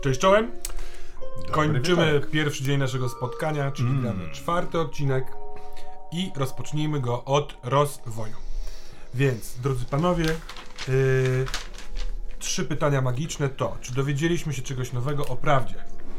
Cześć czołem. Kończymy pierwszy dzień naszego spotkania, czyli gramy 4. odcinek i rozpocznijmy go od rozwoju. Więc, drodzy panowie, 3 pytania magiczne to, czy dowiedzieliśmy się czegoś nowego o prawdzie?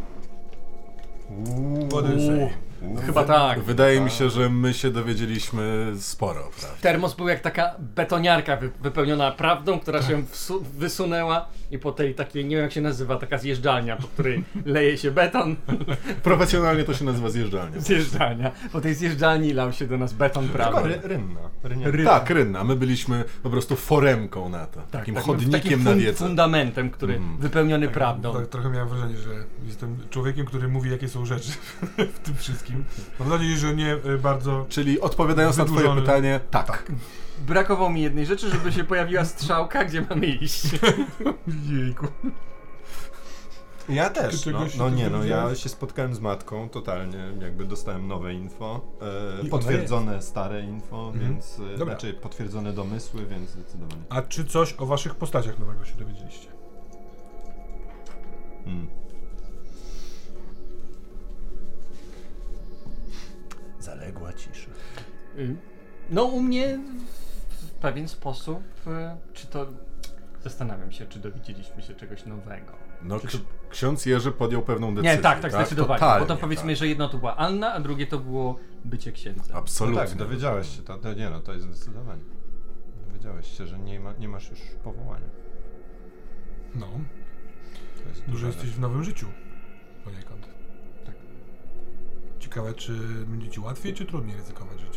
Chyba tak. Wydaje mi się, że my się dowiedzieliśmy sporo, prawda? Termos był jak taka betoniarka wypełniona prawdą, która się wysunęła i po tej takiej, nie wiem jak się nazywa, taka zjeżdżalnia, po której leje się beton. Profesjonalnie to się nazywa zjeżdżalnia. Zjeżdżalnia. Po tej zjeżdżalni lał się do nas beton prawdy. Rynna. Tak, rynna. My byliśmy po prostu foremką na to. Takim chodnikiem na wiedzę. Fundamentem, który wypełniony prawdą. Tak, trochę miałem wrażenie, że jestem człowiekiem, który mówi jakie są rzeczy w tym wszystkim. Mam nadzieję, że nie bardzo. Czyli odpowiadając na twoje pytanie, tak. Brakowało mi jednej rzeczy, żeby się pojawiła strzałka, gdzie mamy iść. Jejku. Ja też. Ja się spotkałem z matką totalnie, jakby dostałem nowe info, potwierdzone stare info, więc znaczy potwierdzone domysły, więc zdecydowanie. A czy coś o waszych postaciach nowego się dowiedzieliście? Zaległa cisza. No u mnie w pewien sposób, czy to... Zastanawiam się, czy dowiedzieliśmy się czegoś nowego. No ksiądz Jerzy podjął pewną decyzję. Nie, tak, zdecydowanie. Totalnie, Potem powiedzmy, że jedno to była Anna, a drugie to było bycie księdzem. Absolutnie. No tak, dowiedziałeś się, to jest zdecydowanie. Dowiedziałeś się, że nie masz już powołania. No. To jest Dużo jesteś w nowym życiu poniekąd. Tak. Ciekawe, czy będzie ci łatwiej, czy trudniej ryzykować życie?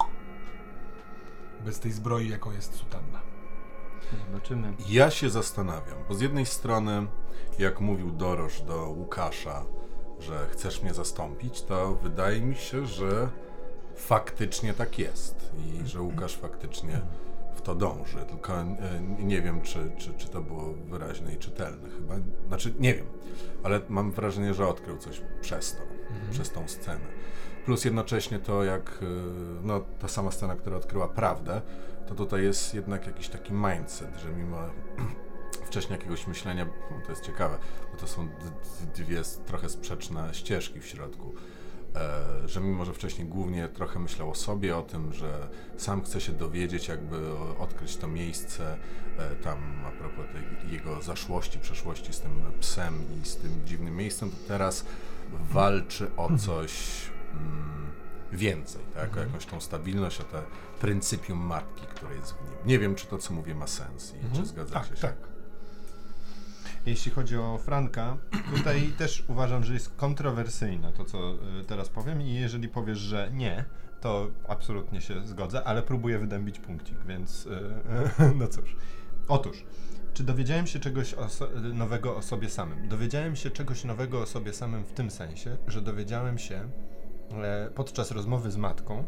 Bez tej zbroi, jaką jest sutanna. Zobaczymy. Ja się zastanawiam, bo z jednej strony, jak mówił Dorosz do Łukasza, że chcesz mnie zastąpić, to wydaje mi się, że faktycznie tak jest i że Łukasz faktycznie w to dąży, tylko nie wiem, czy to było wyraźne i czytelne. Chyba, znaczy nie wiem, ale mam wrażenie, że odkrył coś przez tą scenę. Plus jednocześnie to, jak ta sama scena, która odkryła prawdę, to tutaj jest jednak jakiś taki mindset, że mimo wcześniej jakiegoś myślenia, to jest ciekawe, bo to są dwie trochę sprzeczne ścieżki w środku, że mimo, że wcześniej głównie trochę myślał o sobie, o tym, że sam chce się dowiedzieć, jakby odkryć to miejsce, tam a propos tej jego zaszłości, przeszłości z tym psem i z tym dziwnym miejscem, to teraz walczy o coś więcej, tak? O jakąś tą stabilność, o te pryncypium matki, które jest w nim. Nie wiem, czy to, co mówię, ma sens i czy zgadzacie się. Tak. Jeśli chodzi o Franka, tutaj też uważam, że jest kontrowersyjne to, co teraz powiem i jeżeli powiesz, że nie, to absolutnie się zgodzę, ale próbuję wydębić punkcik, więc no cóż. Otóż, czy dowiedziałem się czegoś nowego o sobie samym? Dowiedziałem się czegoś nowego o sobie samym w tym sensie, że dowiedziałem się podczas rozmowy z matką,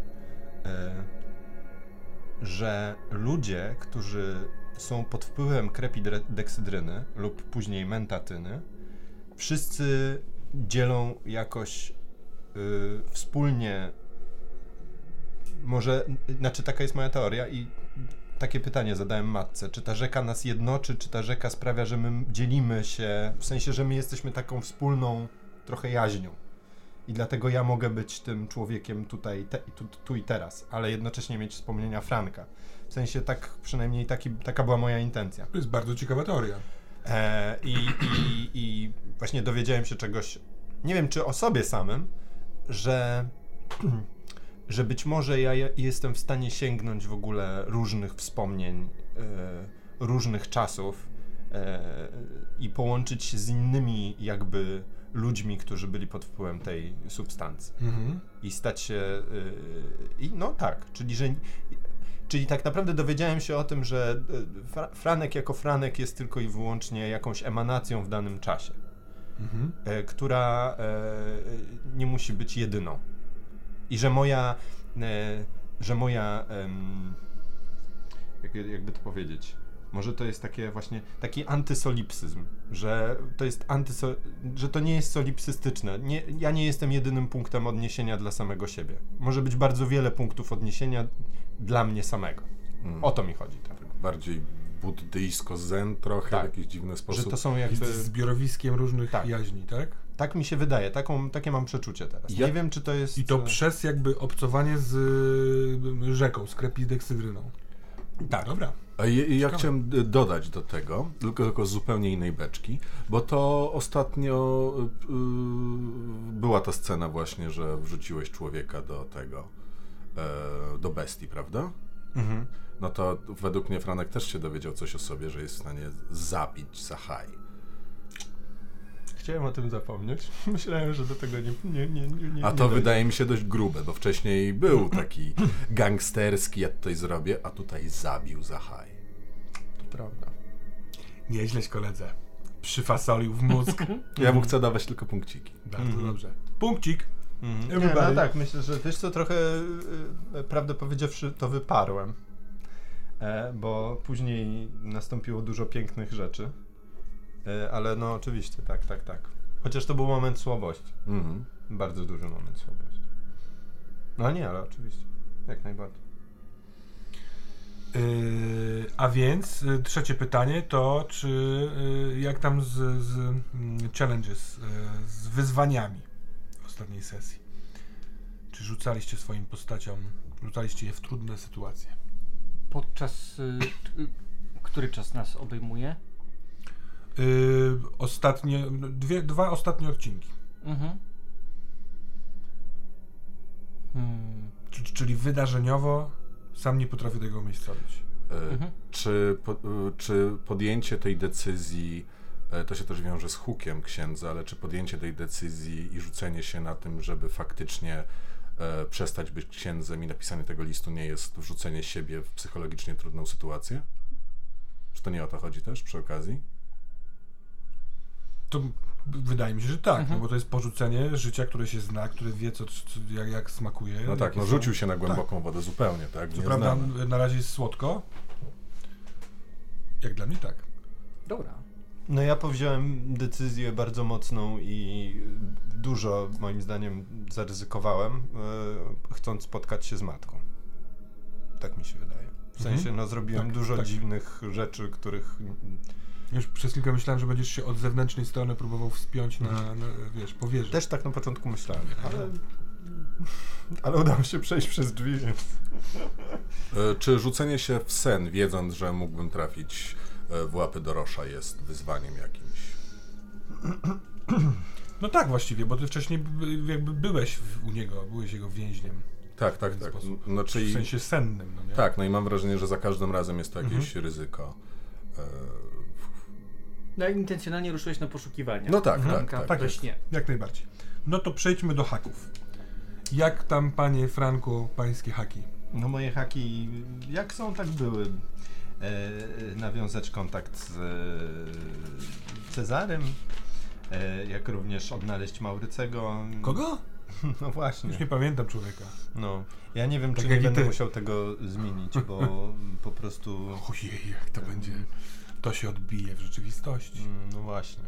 że ludzie, którzy są pod wpływem krepideksidryny lub później mentatyny, wszyscy dzielą jakoś wspólnie, znaczy taka jest moja teoria i takie pytanie zadałem matce, czy ta rzeka nas jednoczy, czy ta rzeka sprawia, że my dzielimy się, w sensie, że my jesteśmy taką wspólną trochę jaźnią. I dlatego ja mogę być tym człowiekiem tutaj, tu i teraz, ale jednocześnie mieć wspomnienia Franka. W sensie tak, przynajmniej taka była moja intencja. To jest bardzo ciekawa teoria. I właśnie dowiedziałem się czegoś, nie wiem czy o sobie samym, że być może ja jestem w stanie sięgnąć w ogóle różnych wspomnień, różnych czasów i połączyć się z innymi jakby ludźmi, którzy byli pod wpływem tej substancji. I stać się... no tak, czyli tak naprawdę dowiedziałem się o tym, że Franek jako Franek jest tylko i wyłącznie jakąś emanacją w danym czasie, która nie musi być jedyną. I że moja jakby to powiedzieć, może to jest takie właśnie taki antysolipsyzm, że to jest że to nie jest solipsystyczne. Ja nie jestem jedynym punktem odniesienia dla samego siebie. Może być bardzo wiele punktów odniesienia dla mnie samego. O to mi chodzi. Tak. Bardziej buddyjsko-zen trochę Tak. w jakiś dziwny sposób. Że to są Jest jakby... zbiorowiskiem różnych Tak. jaźni, tak? Tak mi się wydaje, takie mam przeczucie teraz. Ja- Nie wiem, czy to jest... I to przez jakby obcowanie z rzeką, z krepideksydyną. Tak. Dobra. A ja Ciekawe. chciałem dodać do tego, tylko z zupełnie innej beczki, bo to ostatnio była ta scena właśnie, że wrzuciłeś człowieka do tego, do bestii, prawda? Mhm. No to według mnie Franek też się dowiedział coś o sobie, że jest w stanie zabić Sahaj. Chciałem o tym zapomnieć. Myślałem, że do tego nie A to dojdzie. wydaje mi się dość grube, bo wcześniej był taki gangsterski, ja tutaj zrobię, a tutaj zabił Sahaj. To prawda. Nieźleś koledze. Przyfasolił w mózg. Ja mu chcę dawać tylko punkciki. Bardzo dobrze. Punkcik. Nie, no Everybody. tak, myślę, że wiesz co, trochę prawdę powiedziawszy to wyparłem, bo później nastąpiło dużo pięknych rzeczy, ale no oczywiście, tak. Chociaż to był moment słabości, Mhm. bardzo duży moment słabości. No nie, ale oczywiście, jak najbardziej. A więc trzecie pytanie to, czy jak tam z challenges, z wyzwaniami w ostatniej sesji? Czy rzucaliście swoim postaciom, rzucaliście je w trudne sytuacje? Podczas... który czas nas obejmuje? Dwa ostatnie odcinki. Mhm. Czyli wydarzeniowo sam nie potrafię tego umiejscowić. Mhm. Czy podjęcie tej decyzji, to się też wiąże z hukiem księdza, ale czy podjęcie tej decyzji i rzucenie się na tym, żeby faktycznie przestać być księdzem i napisanie tego listu nie jest wrzucenie siebie w psychologicznie trudną sytuację? Czy to nie o to chodzi też przy okazji? To wydaje mi się, że tak, Mhm. no bo to jest porzucenie życia, które się zna, które wie, jak smakuje. No tak, jakie no są- rzucił się na głęboką wodę zupełnie, tak? Co prawda Nieznane. na razie jest słodko. Jak dla mnie tak. Dobra. No ja powziąłem decyzję bardzo mocną i dużo, moim zdaniem, zaryzykowałem, chcąc spotkać się z matką. Tak mi się wydaje. W sensie, no zrobiłem Tak, dużo tak. dziwnych rzeczy, których... Już przez chwilkę myślałem, że będziesz się od zewnętrznej strony próbował wspiąć na wiesz, powierzchnię. Też tak na początku myślałem, ale udało się przejść przez drzwi, więc... Czy rzucenie się w sen, wiedząc, że mógłbym trafić w łapy Dorosza, jest wyzwaniem jakimś? No tak właściwie, bo ty wcześniej jakby byłeś u niego, byłeś jego więźniem. Tak. W ten sposób. No, czyli, W sensie sennym, no nie? tak, no i mam wrażenie, że za każdym razem jest to jakieś ryzyko. No i intencjonalnie ruszyłeś na poszukiwania. No tak, Tak we jest. śnie. Jak najbardziej. No to przejdźmy do haków. Jak tam, panie Franku, pańskie haki? No moje haki, jak są, tak były. Nawiązać kontakt z Cezarym, jak również odnaleźć Maurycego. Kogo? No właśnie. Już nie pamiętam człowieka. No, ja nie wiem, Tak czy jak nie i będę ty. musiał tego zmienić, bo po prostu... Ojej, jak to będzie. To się odbije w rzeczywistości. No właśnie.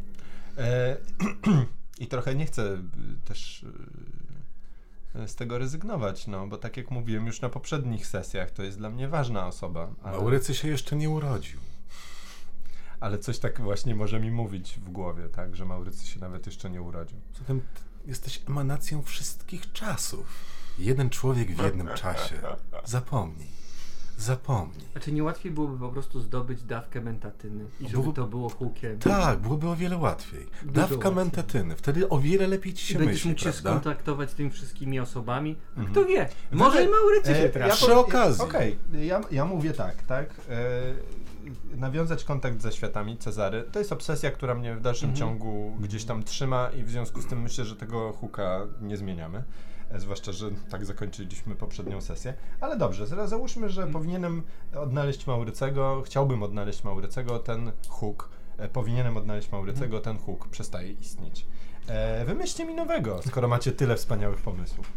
I trochę nie chcę też z tego rezygnować, no, bo tak jak mówiłem już na poprzednich sesjach, to jest dla mnie ważna osoba. Maurycy się jeszcze nie urodził. Ale coś tak właśnie może mi mówić w głowie, tak, że Maurycy się nawet jeszcze nie urodził. Zatem jesteś emanacją wszystkich czasów. Jeden człowiek w jednym czasie. Zapomnij. Znaczy nie łatwiej byłoby po prostu zdobyć dawkę mentatyny i żeby to było hukiem. Tak, byłoby o wiele łatwiej. Dawka łatwiej. mentatyny. Wtedy o wiele lepiej ci się Będziesz myśli, mógł się prawda? skontaktować z tymi wszystkimi osobami. A kto wie, może i Maurycy się trafi. Przy okazji. Okej, ja mówię tak, nawiązać kontakt ze światami Cezary, to jest obsesja, która mnie w dalszym ciągu gdzieś tam trzyma i w związku z tym myślę, że tego hooka nie zmieniamy. Zwłaszcza, że tak zakończyliśmy poprzednią sesję. Ale dobrze, zaraz załóżmy, że powinienem odnaleźć Maurycego, chciałbym odnaleźć Maurycego, ten hook, powinienem odnaleźć Maurycego, ten hook przestaje istnieć. Wymyślcie mi nowego, skoro macie tyle wspaniałych pomysłów.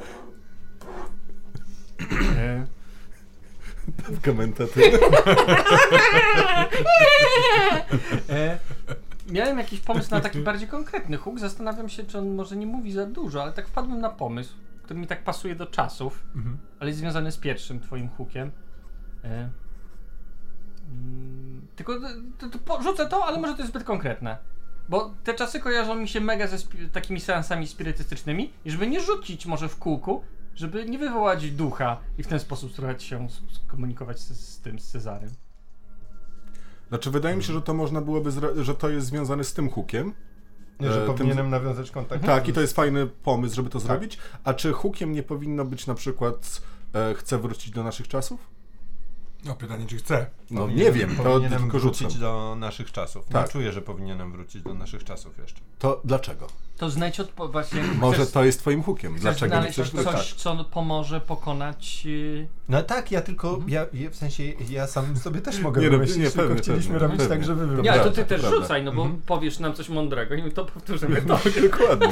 Dawka mentatyny. Miałem jakiś pomysł na taki bardziej konkretny hook. Zastanawiam się, czy on może nie mówi za dużo, ale tak wpadłem na pomysł, który mi tak pasuje do czasów, ale jest związany z pierwszym twoim hookiem. Tylko rzucę to, ale może to jest zbyt konkretne. Bo te czasy kojarzą mi się mega ze takimi seansami spirytystycznymi i żeby nie rzucić może w kółku, żeby nie wywołać ducha i w ten sposób spróbować się skomunikować z Cezarym. Znaczy, wydaje mi się, że to można byłoby, że to jest związane z tym hookiem. Nie, że powinienem nawiązać kontakt. Tak, i to jest fajny pomysł, żeby to zrobić. A czy hookiem nie powinno być na przykład chcę wrócić do naszych czasów? No pytanie, czy chce. No nie wiem, to Powinienem tylko wrócić rzucam. do naszych czasów. Tak. No, czuję, że powinienem wrócić do naszych czasów jeszcze. To dlaczego? To znajdź właśnie... Może to jest twoim hookiem. Dlaczego nie znaleźć chcesz wrócić? coś, co pomoże pokonać... No tak, ja tylko, w sensie, ja sam sobie też mogę Nie, wymyślić, nie, tylko pewnie, chcieliśmy pewnie, robić pewnie. tak, żeby wy Nie, ale to prawda, ty też prawda. rzucaj, no bo powiesz nam coś mądrego i my to powtórzymy. To. Dokładnie.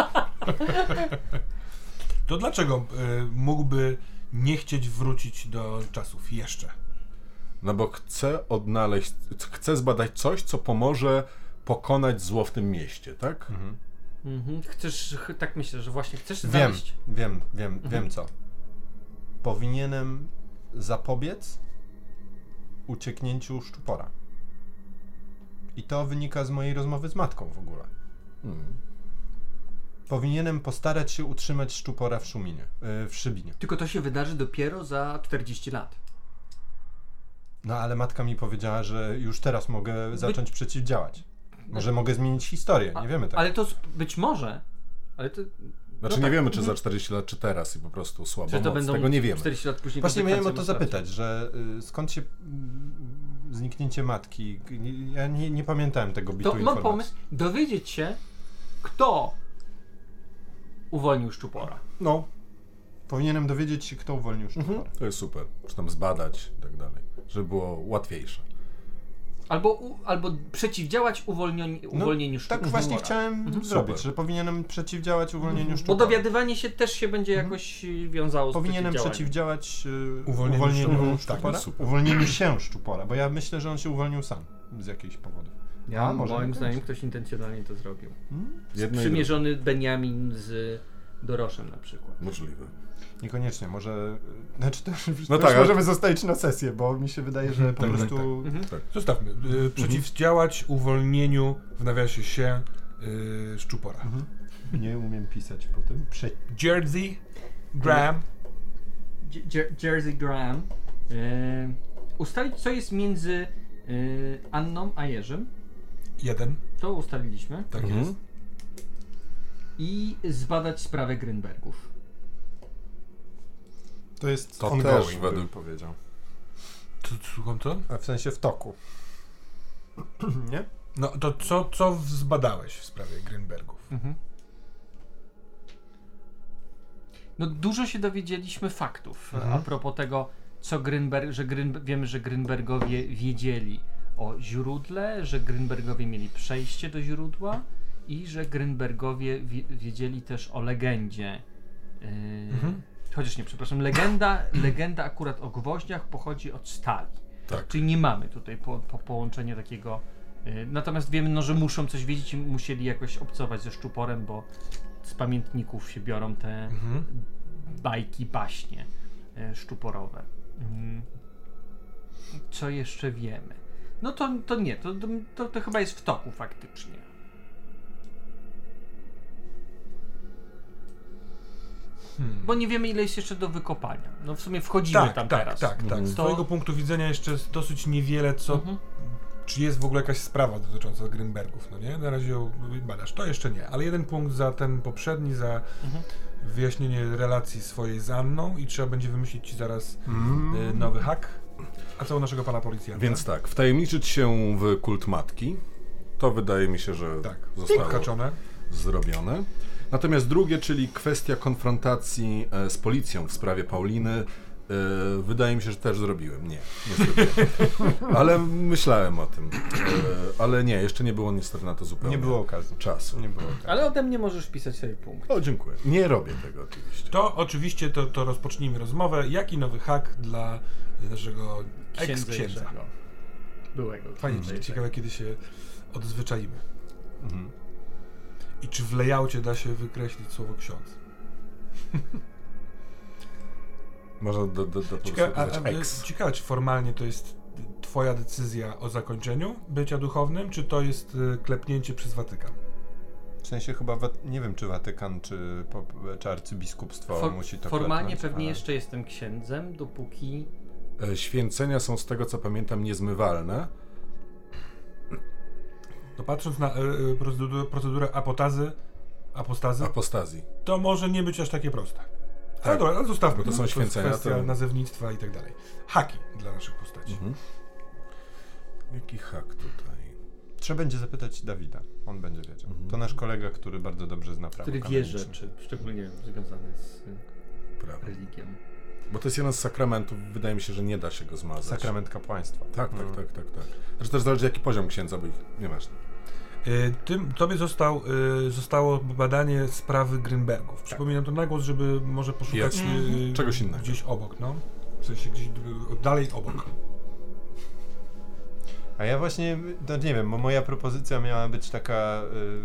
To dlaczego mógłby nie chcieć wrócić do czasów jeszcze? No bo chcę zbadać coś, co pomoże pokonać zło w tym mieście, tak? Chcesz, tak myślę, że właśnie chcesz znaleźć... Wiem co. Powinienem zapobiec ucieknięciu szczupora. I to wynika z mojej rozmowy z matką w ogóle. Powinienem postarać się utrzymać szczupora w Szuminie, w Szybinie. Tylko to się wydarzy dopiero za 40 lat. No ale matka mi powiedziała, że już teraz mogę zacząć przeciwdziałać. Może mogę zmienić historię, nie wiemy tego. Ale to być może... Ale to... Znaczy nie wiemy, czy za 40 lat, czy teraz i po prostu słabo Czy to moc. będą Tego nie wiemy. 40 lat później... Właśnie miałem o to konsekwencje zapytać, że skąd się zniknięcie matki? Ja nie pamiętałem tego bitu To mam informacji. pomysł, dowiedzieć się, kto uwolnił szczupora. No. Powinienem dowiedzieć się, kto uwolnił szczupora. To jest super. Czy tam zbadać i tak dalej. Żeby było łatwiejsze. Albo przeciwdziałać uwolnieniu szczupora. Tak właśnie chciałem zrobić, Super. że powinienem przeciwdziałać uwolnieniu Bo szczupora. dowiadywanie się też się będzie jakoś wiązało z Powinienem przeciwdziałaniem. przeciwdziałać Uwolnieniu szczupora? super. Uwolnieniu się szczupora, bo ja myślę, że on się uwolnił sam z jakichś powodów. Ja, może moim nie zdaniem ktoś intencjonalnie to zrobił. Jedno i Przymierzony Beniamin z Doroszem na przykład. Możliwe. Niekoniecznie, może... Znaczy to już tak, ale- możemy zostawić na sesję, bo mi się wydaje, że po Tak, prostu... Zostawmy. Przeciwdziałać uwolnieniu, w nawiasie się, szczupora. Nie umiem pisać po tym. Jersey Graham. Jersey Graham. Ustalić, co jest między Anną a Jerzym. 1. To ustaliliśmy. Tak jest. I zbadać sprawę Grynbergów. To jest To ongoing, też bym według- powiedział. Słucham co? A w sensie w toku. Nie? No to co zbadałeś w sprawie Grynbergów? No dużo się dowiedzieliśmy faktów a propos tego, co wiemy, że Grynbergowie wiedzieli o źródle, że Grynbergowie mieli przejście do źródła i że Grynbergowie wiedzieli też o legendzie. Chociaż nie, przepraszam, legenda akurat o gwoździach pochodzi od stali. Tak. Czyli nie mamy tutaj połączenia takiego. Natomiast wiemy, no, że muszą coś wiedzieć i musieli jakoś obcować ze szczuporem, bo z pamiętników się biorą te bajki, baśnie szczuporowe. Co jeszcze wiemy? No to nie, to chyba jest w toku faktycznie. Bo nie wiemy, ile jest jeszcze do wykopania. No w sumie wchodzimy tam teraz. Tak. Z To- twojego punktu widzenia jeszcze jest dosyć niewiele, co... Czy jest w ogóle jakaś sprawa dotycząca Grynbergów, no nie? Na razie ją badasz. To jeszcze nie, ale jeden punkt za ten poprzedni, za wyjaśnienie relacji swojej z Anną i trzeba będzie wymyślić ci zaraz nowy hak. A co u naszego pana policjanta? Więc tak, wtajemniczyć się w kult matki. To wydaje mi się, że Tak, zostało wkaczone. zrobione. Natomiast drugie, czyli kwestia konfrontacji z policją w sprawie Pauliny, wydaje mi się, że też zrobiłem. Nie zrobiłem. Ale myślałem o tym. Ale nie, jeszcze nie było niestety na to zupełnie Nie było okazji. czasu. Nie było okazji. Ale ode mnie możesz pisać sobie punkt. O, dziękuję. Nie robię tego oczywiście. To oczywiście to rozpocznijmy rozmowę. Jaki nowy hak dla naszego ex-księdza? Jerzego. Byłego. Fajnie, księdza ciekawe kiedy się odzwyczaimy. I czy w layoutie da się wykreślić słowo ksiądz? Można do Ciekawe, ex. ciekawe, czy formalnie to jest twoja decyzja o zakończeniu bycia duchownym, czy to jest klepnięcie przez Watykan? W sensie chyba, nie wiem czy Watykan, czy arcybiskupstwo musi to formalnie klepnąć, pewnie ale... jeszcze jestem księdzem, dopóki... Święcenia są z tego co pamiętam niezmywalne. To patrząc na procedurę apostazji, to może nie być aż takie proste. Tak. Ale dobra, ale zostawmy. Bo to są święcenia, jest kwestia to- nazewnictwa i tak dalej. Haki dla naszych postaci. Jaki hak tutaj? Trzeba będzie zapytać Dawida, on będzie wiedział. To nasz kolega, który bardzo dobrze zna prawo który wie kanoniczne. rzeczy, szczególnie związane z Prawda. religią. Bo to jest jeden z sakramentów, wydaje mi się, że nie da się go zmazać. Sakrament kapłaństwa. Tak. Znaczy też zależy jaki poziom księdza, bo ich nieważne. Tobie zostało badanie sprawy Grynbergów. Przypominam to na głos, żeby może poszukać Czegoś innego. gdzieś obok, no. W sensie gdzieś dalej obok. A ja właśnie, no nie wiem, bo moja propozycja miała być taka...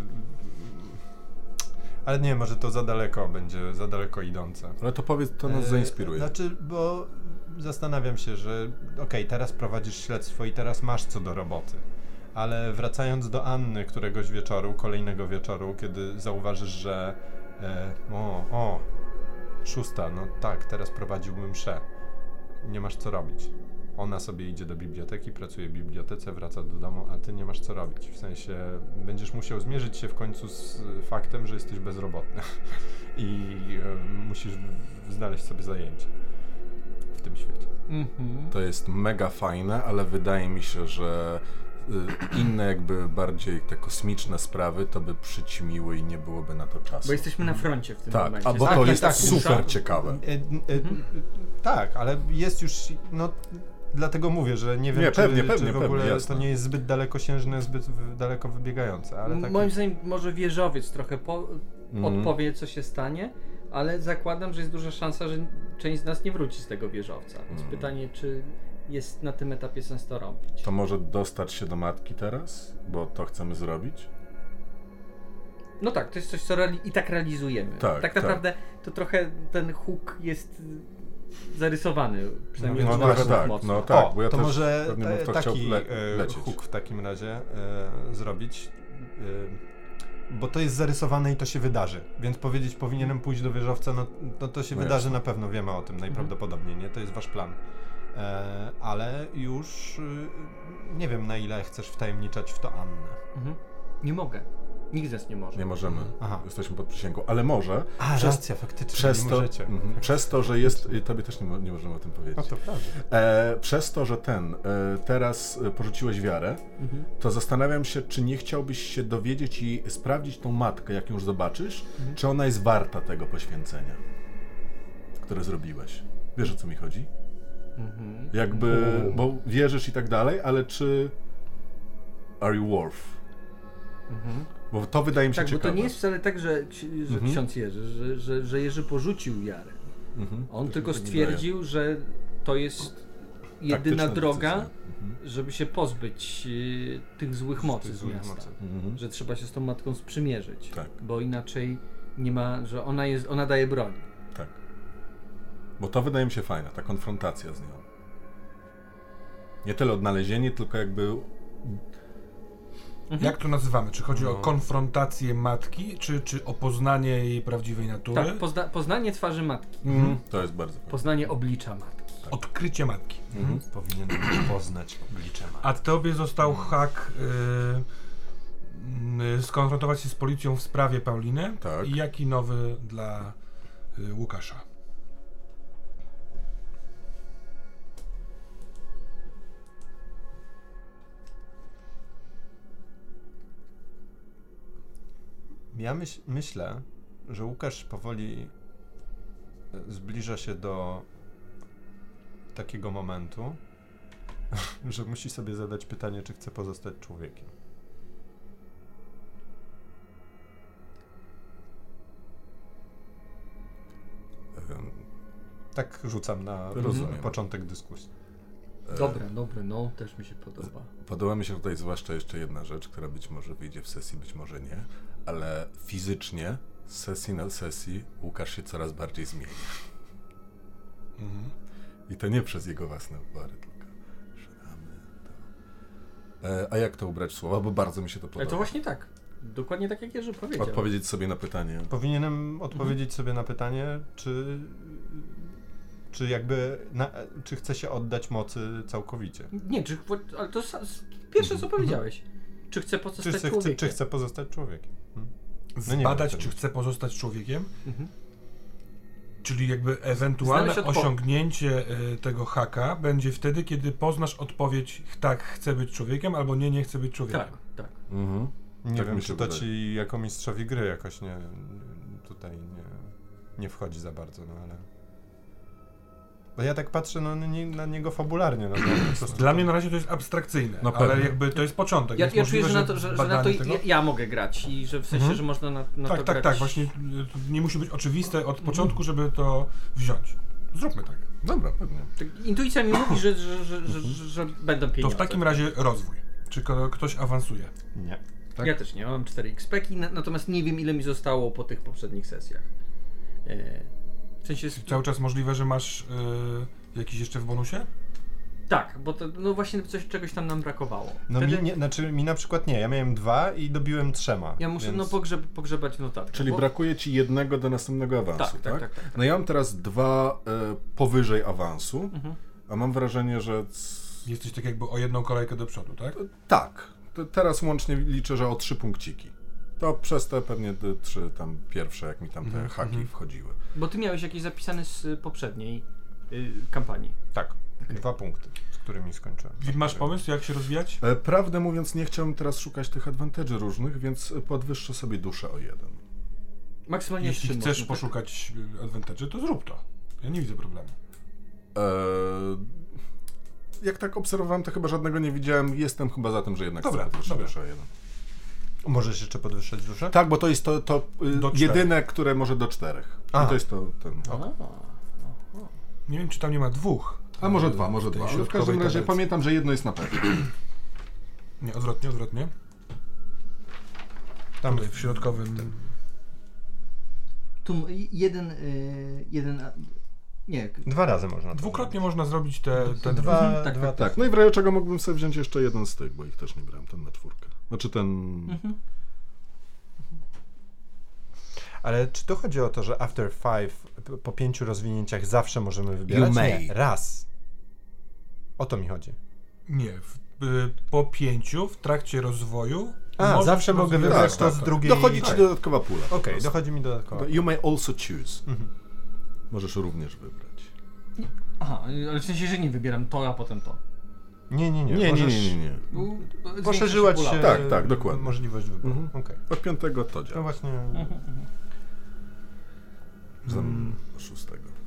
ale nie, może to za daleko będzie, za daleko idące. Ale to powiedz, to nas zainspiruje. Znaczy, bo zastanawiam się, że okej, teraz prowadzisz śledztwo i teraz masz co do roboty. Ale wracając do Anny któregoś wieczoru, kolejnego wieczoru, kiedy zauważysz, że 6, no tak, teraz prowadziłbym mszę. Nie masz co robić. Ona sobie idzie do biblioteki, pracuje w bibliotece, wraca do domu, a ty nie masz co robić. W sensie będziesz musiał zmierzyć się w końcu z faktem, że jesteś bezrobotny i musisz znaleźć sobie zajęcie w tym świecie. To jest mega fajne, ale wydaje mi się, że inne jakby bardziej te kosmiczne sprawy to by przyćmiły i nie byłoby na to czasu. Bo jesteśmy na froncie w tym Tak, momencie. albo Tak, to tak, jest tak, super musza- ciekawe. Tak, ale jest już, no dlatego mówię, że nie wiem, Nie, czy, pewnie, czy w ogóle jasne. to nie jest zbyt dalekosiężne, zbyt daleko wybiegające, ale tak... Moim zdaniem może wieżowiec trochę odpowie, co się stanie, ale zakładam, że jest duża szansa, że część z nas nie wróci z tego wieżowca. Więc pytanie, czy jest na tym etapie sens to robić. To może dostać się do matki teraz? Bo to chcemy zrobić? No tak, to jest coś, co i tak realizujemy. Tak, naprawdę to trochę ten hook jest zarysowany, przynajmniej No od właśnie, razu tak, mocno. no tak, bo ja to też może pewnie bym w to chciał taki lecieć. hook w takim razie zrobić, bo to jest zarysowane i to się wydarzy, więc powiedzieć powinienem pójść do wieżowca, no to się wydarzy jasne. na pewno, wiemy o tym najprawdopodobniej, nie? To jest wasz plan. Ale już nie wiem, na ile chcesz wtajemniczać w to Annę. Nie mogę. Nikt z nas nie może. Nie możemy. Aha. Jesteśmy pod przysięgą, ale może. Racja, faktycznie, Przez nie to, możecie. przez to, że jest... Tobie też nie możemy o tym powiedzieć. No to prawda. Przez to, że teraz porzuciłeś wiarę, to zastanawiam się, czy nie chciałbyś się dowiedzieć i sprawdzić tą matkę, jak już zobaczysz, czy ona jest warta tego poświęcenia, które zrobiłeś. Wiesz, o co mi chodzi? Jakby, bo wierzysz i tak dalej, ale czy are you worth? Bo to wydaje mi się Tak, bo ciekawe. to nie jest wcale tak, że ksiądz Jerzy, że Jerzy porzucił wiarę. On To tylko się tak stwierdził, że to jest jedyna Taktyczna droga, decyzja. żeby się pozbyć tych złych mocy z złych miasta. mocy. Że trzeba się z tą matką sprzymierzyć, Tak. bo inaczej nie ma, że ona daje broń. Tak. Bo to wydaje mi się fajne, ta konfrontacja z nią. Nie tyle odnalezienie, tylko jakby... Jak to nazywamy? Czy chodzi o konfrontację matki, czy o poznanie jej prawdziwej natury? Tak, poznanie twarzy matki. To jest bardzo fajne. Poznanie oblicza matki. Odkrycie matki. Powinienem poznać oblicze matki. A tobie został hak skonfrontować się z policją w sprawie Pauliny. Tak. I jaki nowy dla Łukasza? Ja myślę, że Łukasz powoli zbliża się do takiego momentu, że musi sobie zadać pytanie, czy chce pozostać człowiekiem. Tak rzucam na Rozumiem. początek dyskusji. Dobre, no też mi się podoba. Podoba mi się tutaj zwłaszcza jeszcze jedna rzecz, która być może wyjdzie w sesji, być może nie, ale fizycznie z sesji na sesji Łukasz się coraz bardziej zmienia. I to nie przez jego własne wybory, tylko szramy, A jak to ubrać w słowa? Bo bardzo mi się to Ale podoba. to właśnie tak. Dokładnie tak, jak Jerzy powiedział. Odpowiedzieć sobie na pytanie. Powinienem odpowiedzieć sobie na pytanie, czy jakby, czy chce się oddać mocy całkowicie. Nie, ale to pierwsze, co powiedziałeś. Czy chce pozostać człowiekiem? Czy chce pozostać człowiekiem? Zbadać, wiem, czy chce pozostać człowiekiem? Mhm. Czyli jakby ewentualne Znaleźć osiągnięcie tego haka będzie wtedy, kiedy poznasz odpowiedź tak, chcę być człowiekiem, albo nie, nie chcę być człowiekiem. Tak. Mhm. Nie Tak wiem, mi się czy to wydaje. ci jako mistrzowi gry jakoś nie wchodzi za bardzo, no ale... Bo ja tak patrzę na niego fabularnie. No, po prostu Dla mnie na razie to jest abstrakcyjne, No ale pewnie. jakby to jest początek. Ja jest czuję, możliwe, że na to, że na to badanie tego... ja mogę grać i że w sensie, że można na to grać. Tak, właśnie nie musi być oczywiste od początku, żeby to wziąć. Zróbmy tak. Dobra, pewnie. Tak, intuicja mi mówi, że będą To pieniądze. w takim razie rozwój. Czy ktoś awansuje? Nie. Tak? Ja też nie, mam 4 XP-ki, natomiast nie wiem, ile mi zostało po tych poprzednich sesjach. W sensie... Cały czas możliwe, że masz jakiś jeszcze w bonusie? Tak, bo to, no właśnie czegoś tam nam brakowało. No Wtedy mi na przykład nie, ja miałem 2 i dobiłem 3. ja muszę więc... pogrzebać w notatkach. Czyli brakuje ci jednego do następnego awansu, tak? Tak. No ja mam teraz 2 powyżej awansu, a mam wrażenie, że... Jesteś tak jakby o jedną kolejkę do przodu, tak? Tak. Teraz łącznie liczę, że o 3 punkciki. To przez te pewnie 3 tam pierwsze, jak mi tam te haki wchodziły. Bo ty miałeś jakieś zapisane z poprzedniej kampanii. Tak, 2 punkty, z którymi skończyłem. Masz pomysł, jak się rozwijać? Prawdę mówiąc, nie chciałbym teraz szukać tych advantage'y różnych, więc podwyższę sobie duszę o 1. Maksymalnie Jeśli 3 chcesz można, poszukać advantage'y, to zrób to. Ja nie widzę problemu. Jak tak obserwowałem, to chyba żadnego nie widziałem. Jestem chyba za tym, że jednak Dobra, chcę podwyższyć dobra. duszę o 1. Możesz jeszcze podwyższać duszę? Tak, bo to jest to Do jedyne, które może do 4. A. I to jest to ten. Nie wiem, czy tam nie ma 2. A może 2, tej Ale w środkowej każdym razie tabelce. pamiętam, że jedno jest na pewno. Nie, odwrotnie. Tam Tutaj w środkowym... Tu jeden... Nie. 2 razy można. to Dwukrotnie można zrobić te zrobić. Dwa, tak, dwa, Tak, no i w razie czego mógłbym sobie wziąć jeszcze jeden z tych, bo ich też nie brałem, ten na 4. Znaczy ten... Ale czy to chodzi o to, że after 5, po 5 rozwinięciach zawsze możemy wybierać? You may. Nie, raz. O to mi chodzi. Nie, po 5 w trakcie rozwoju... A, możesz zawsze mogę rozwijać- wybrać tak, to tak, z tak. drugiej... Dochodzi ci Tak. dodatkowa pula. po Okej, prostu. dochodzi mi dodatkowo. You may also choose. Mhm. Możesz również wybrać. Aha, ale w sensie, że nie wybieram to, a potem to. Nie. Nie. Poszerzyła ci się Tak, dokładnie. możliwość wyboru. Mhm. Okej. Od 5 to No działa. właśnie... Do 6.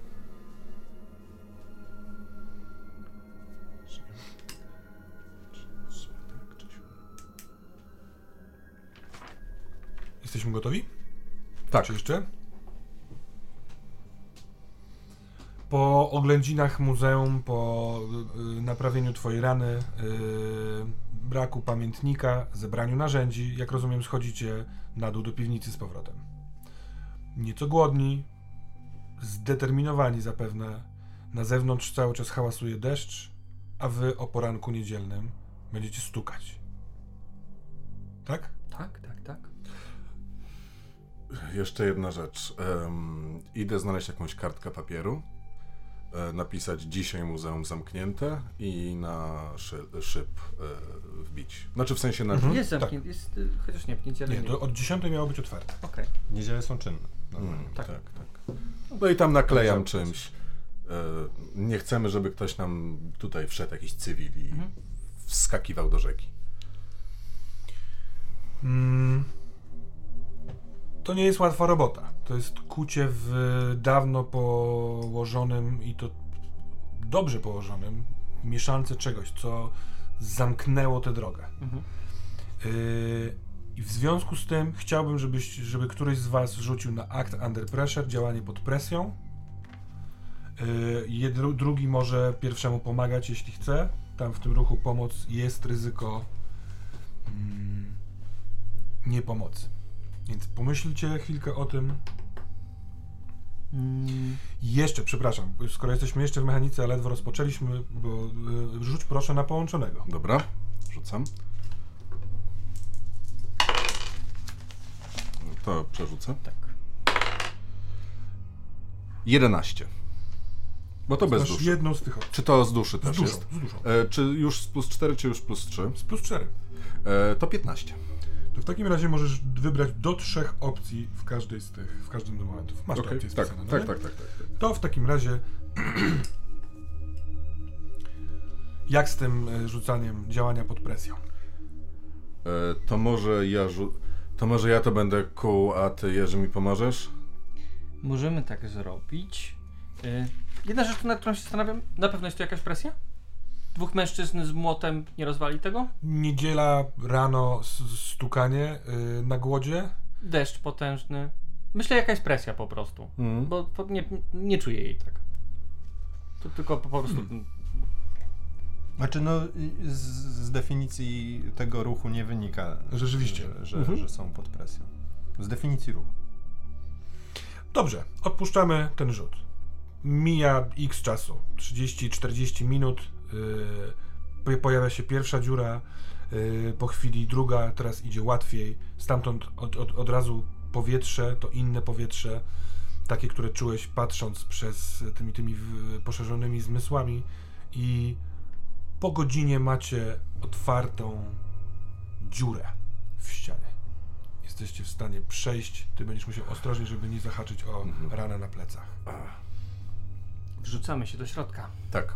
Jesteśmy gotowi? Tak. Czy jeszcze? Po oględzinach muzeum, po naprawieniu twojej rany, braku pamiętnika, zebraniu narzędzi, jak rozumiem, schodzicie na dół do piwnicy z powrotem. Nieco głodni, zdeterminowani zapewne. Na zewnątrz cały czas hałasuje deszcz, a wy o poranku niedzielnym będziecie stukać. Tak? Tak. Jeszcze jedna rzecz. Idę znaleźć jakąś kartkę papieru, napisać dzisiaj muzeum zamknięte i na szyb wbić. Znaczy w sensie na drzwi. Jest zamknięty, jest, chociaż nie, w niedzielę Nie, to od 10 miało być otwarte. Okej. Niedziele są czynne. Tak. Tak. No i tam naklejam Dobrze. czymś. Nie chcemy, żeby ktoś nam tutaj wszedł, jakiś cywil i wskakiwał do rzeki. To nie jest łatwa robota. To jest kucie w dawno położonym i to dobrze położonym mieszance czegoś, co zamknęło tę drogę. I w związku z tym chciałbym, żeby któryś z was rzucił na Act Under Pressure, działanie pod presją. Drugi może pierwszemu pomagać, jeśli chce. Tam w tym ruchu pomoc jest ryzyko niepomocy. Więc pomyślcie chwilkę o tym. Jeszcze, przepraszam, skoro jesteśmy jeszcze w mechanice, a ledwo rozpoczęliśmy, bo rzuć proszę na połączonego. Dobra? Rzucam. To przerzucę. Tak. 11. Bo to bez Masz duszy. jedną z tych opcji. Czy to z duszy też dużą, jest? z dużą. Czy już z plus 4, czy już plus 3? Z plus 4. To 15. To w takim razie możesz wybrać do 3 opcji w każdej z tych, w każdym z momentów. Masz te Okej, opcje tak, spisane, tak, nie? tak. To w takim razie jak z tym rzucaniem działania pod presją? To może ja to będę kuł, a ty, Jerzy, mi pomożesz? Możemy tak zrobić. Jedna rzecz, nad którą się zastanawiam, na pewno jest tu jakaś presja? 2 mężczyzn z młotem nie rozwali tego? Niedziela rano stukanie na głodzie. Deszcz potężny. Myślę, jaka jest presja po prostu. Bo nie czuję jej tak. To tylko po prostu... Znaczy z definicji tego ruchu nie wynika, Rzeczywiście. że są pod presją. Z definicji ruchu. Dobrze, odpuszczamy ten rzut. Mija x czasu, 30-40 minut, pojawia się pierwsza dziura, po chwili druga, teraz idzie łatwiej, stamtąd od razu powietrze, to inne powietrze, takie, które czułeś patrząc przez tymi poszerzonymi zmysłami i po godzinie macie otwartą dziurę w ścianie. Jesteście w stanie przejść, ty będziesz musiał ostrożnie, żeby nie zahaczyć o ranę na plecach. Wrzucamy się do środka. Tak.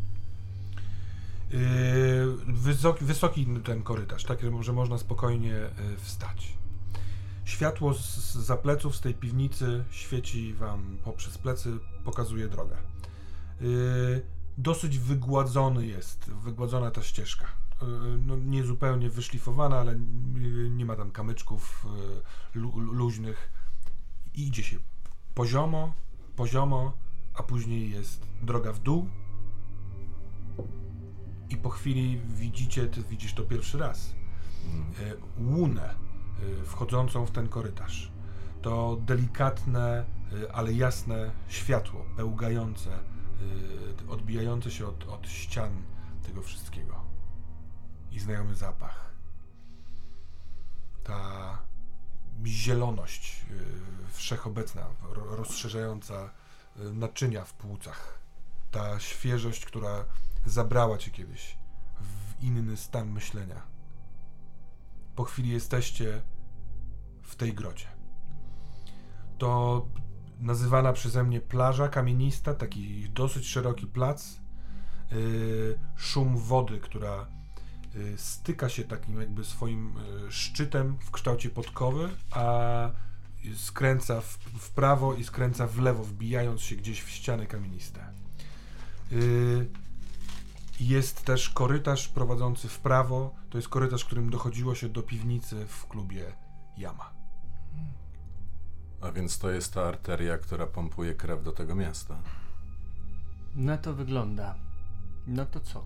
Wysoki ten korytarz, tak, że można spokojnie wstać. Światło zza pleców, z tej piwnicy świeci wam poprzez plecy, pokazuje drogę. Dosyć wygładzona ta ścieżka. No, nie zupełnie wyszlifowana, ale nie ma tam kamyczków luźnych. I idzie się poziomo, a później jest droga w dół i po chwili ty widzisz to pierwszy raz, łunę wchodzącą w ten korytarz. To delikatne, ale jasne światło, pełgające, odbijające się od ścian tego wszystkiego. I znajomy zapach. Ta zieloność wszechobecna, rozszerzająca naczynia w płucach. Ta świeżość, która zabrała cię kiedyś w inny stan myślenia. Po chwili jesteście w tej grocie. To nazywana przeze mnie plaża kamienista, taki dosyć szeroki plac. Szum wody, która styka się takim jakby swoim szczytem w kształcie podkowy, a skręca w prawo i skręca w lewo, wbijając się gdzieś w ściany kamieniste. Jest też korytarz prowadzący w prawo. To jest korytarz, którym dochodziło się do piwnicy w klubie Yama. A więc to jest ta arteria, która pompuje krew do tego miasta. Na to wygląda. No to co?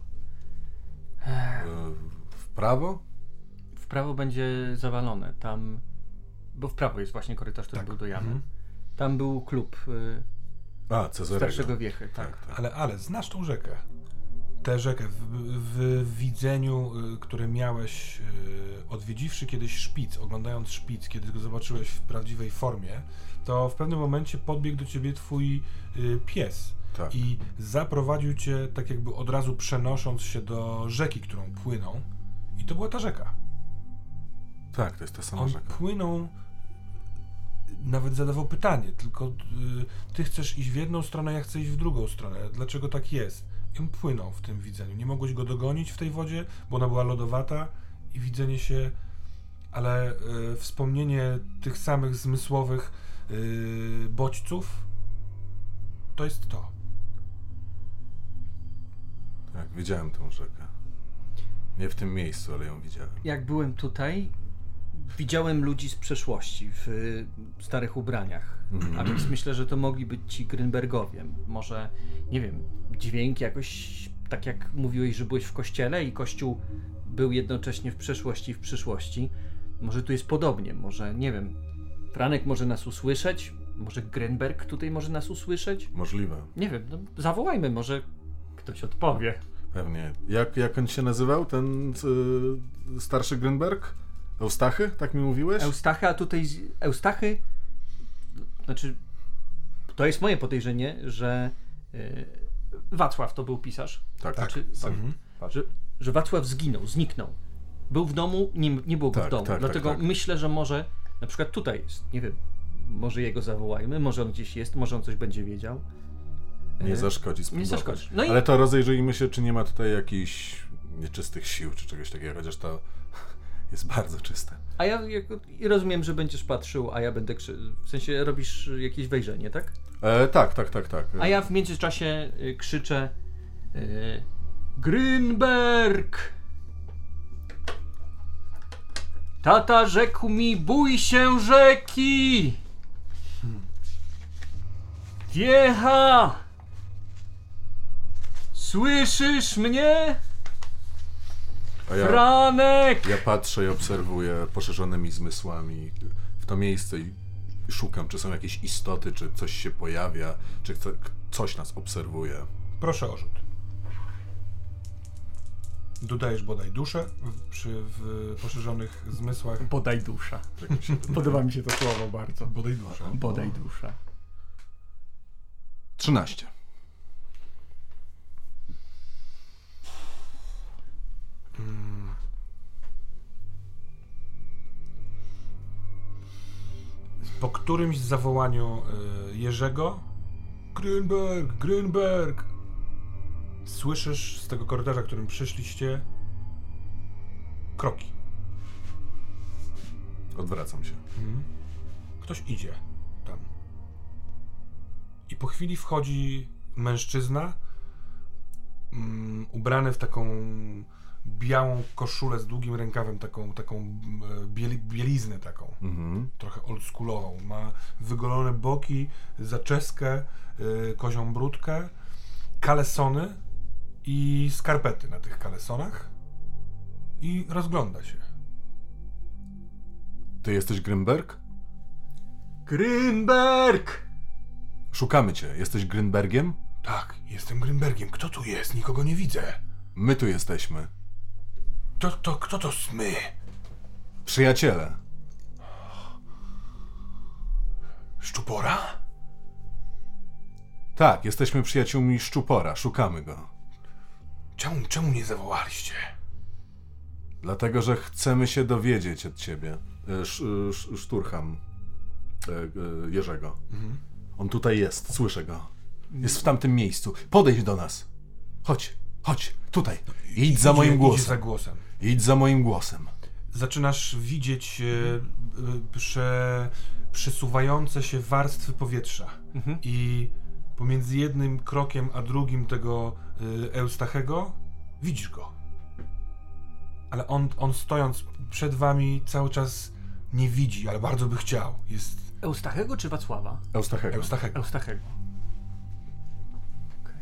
W prawo? W prawo będzie zawalone. Tam... Bo w prawo jest właśnie korytarz, który był do Jamy. Tam był klub Cezarego. starszego wiechy, tak. Ale znasz tą rzekę. Tę rzekę w widzeniu, które miałeś odwiedziwszy kiedyś szpic, oglądając szpic, kiedy go zobaczyłeś w prawdziwej formie, to w pewnym momencie podbiegł do ciebie twój pies. Tak. I zaprowadził cię tak jakby od razu przenosząc się do rzeki, którą płyną. I to była ta rzeka. Tak, to jest ta sama On rzeka. płynął, nawet zadawał pytanie, tylko ty chcesz iść w jedną stronę, ja chcę iść w drugą stronę. Dlaczego tak jest? I on płynął w tym widzeniu. Nie mogłeś go dogonić w tej wodzie, bo ona była lodowata i widzenie się, ale wspomnienie tych samych zmysłowych bodźców to jest to. Tak, widziałem tą rzekę. Nie w tym miejscu, ale ją widziałem. Jak byłem tutaj, widziałem ludzi z przeszłości w starych ubraniach. A więc myślę, że to mogli być ci Grynbergowie. Może, nie wiem, dźwięk jakoś, tak jak mówiłeś, że byłeś w kościele i kościół był jednocześnie w przeszłości i w przyszłości. Może tu jest podobnie, może, nie wiem, Franek może nas usłyszeć, może Grynberg tutaj może nas usłyszeć. Możliwe. Nie wiem, no, zawołajmy, może ktoś odpowie. Pewnie. Jak on się nazywał, ten starszy Grünberg? Eustachy, tak mi mówiłeś? Eustachy, a tutaj Eustachy, znaczy to jest moje podejrzenie, że Wacław to był pisarz. Tak. Znaczy, że Wacław zniknął. Był w domu, nie było go w domu. Dlatego myślę, że może na przykład tutaj jest, nie wiem, może jego zawołajmy, może on gdzieś jest, może on coś będzie wiedział. Nie zaszkodzi spróbować. Nie zaszkodzi. No ale to rozejrzyjmy się, czy nie ma tutaj jakichś nieczystych sił, czy czegoś takiego, chociaż to jest bardzo czyste. A ja rozumiem, że będziesz patrzył, a ja będę w sensie robisz jakieś wejrzenie, tak? Tak. A ja w międzyczasie krzyczę Grünberg! Tata rzekł mi, bój się rzeki! Wiecha! Słyszysz mnie? Franek! Ja patrzę i obserwuję poszerzonymi zmysłami w to miejsce i szukam, czy są jakieś istoty, czy coś się pojawia, czy coś nas obserwuje. Proszę o rzut. Dodajesz bodaj duszę w poszerzonych zmysłach. Bodaj dusza. Podoba mi się to słowo bardzo. Bodaj dusza. Bodaj dusza. 13. Po którymś zawołaniu Jerzego Grünberg słyszysz z tego korytarza, którym przyszliście, kroki. Odwracam się. Ktoś idzie tam. I po chwili wchodzi mężczyzna ubrany w taką białą koszulę z długim rękawem, taką bieliznę taką, trochę oldschoolową. Ma wygolone boki, zaczeskę, kozią brudkę, kalesony i skarpety na tych kalesonach i rozgląda się. Ty jesteś Grünberg? Grünberg! Szukamy cię. Jesteś Grünbergiem? Tak, jestem Grünbergiem. Kto tu jest? Nikogo nie widzę. My tu jesteśmy. Kto to my? Przyjaciele. Szczupora? Tak, jesteśmy przyjaciółmi Szczupora. Szukamy go. Czemu nie zawołaliście? Dlatego, że chcemy się dowiedzieć od ciebie. Szturcham Jerzego. On tutaj jest, słyszę go. Jest w tamtym miejscu. Podejdź do nas. Chodź, tutaj. Idź za moim głosem. Idzie za głosem. Idź za moim głosem. Zaczynasz widzieć przesuwające się warstwy powietrza. I pomiędzy jednym krokiem a drugim tego Eustachego widzisz go. Ale on stojąc przed wami cały czas nie widzi, ale bardzo by chciał. Jest... Eustachego czy Wacława? Eustachego. Eustachego. Okay.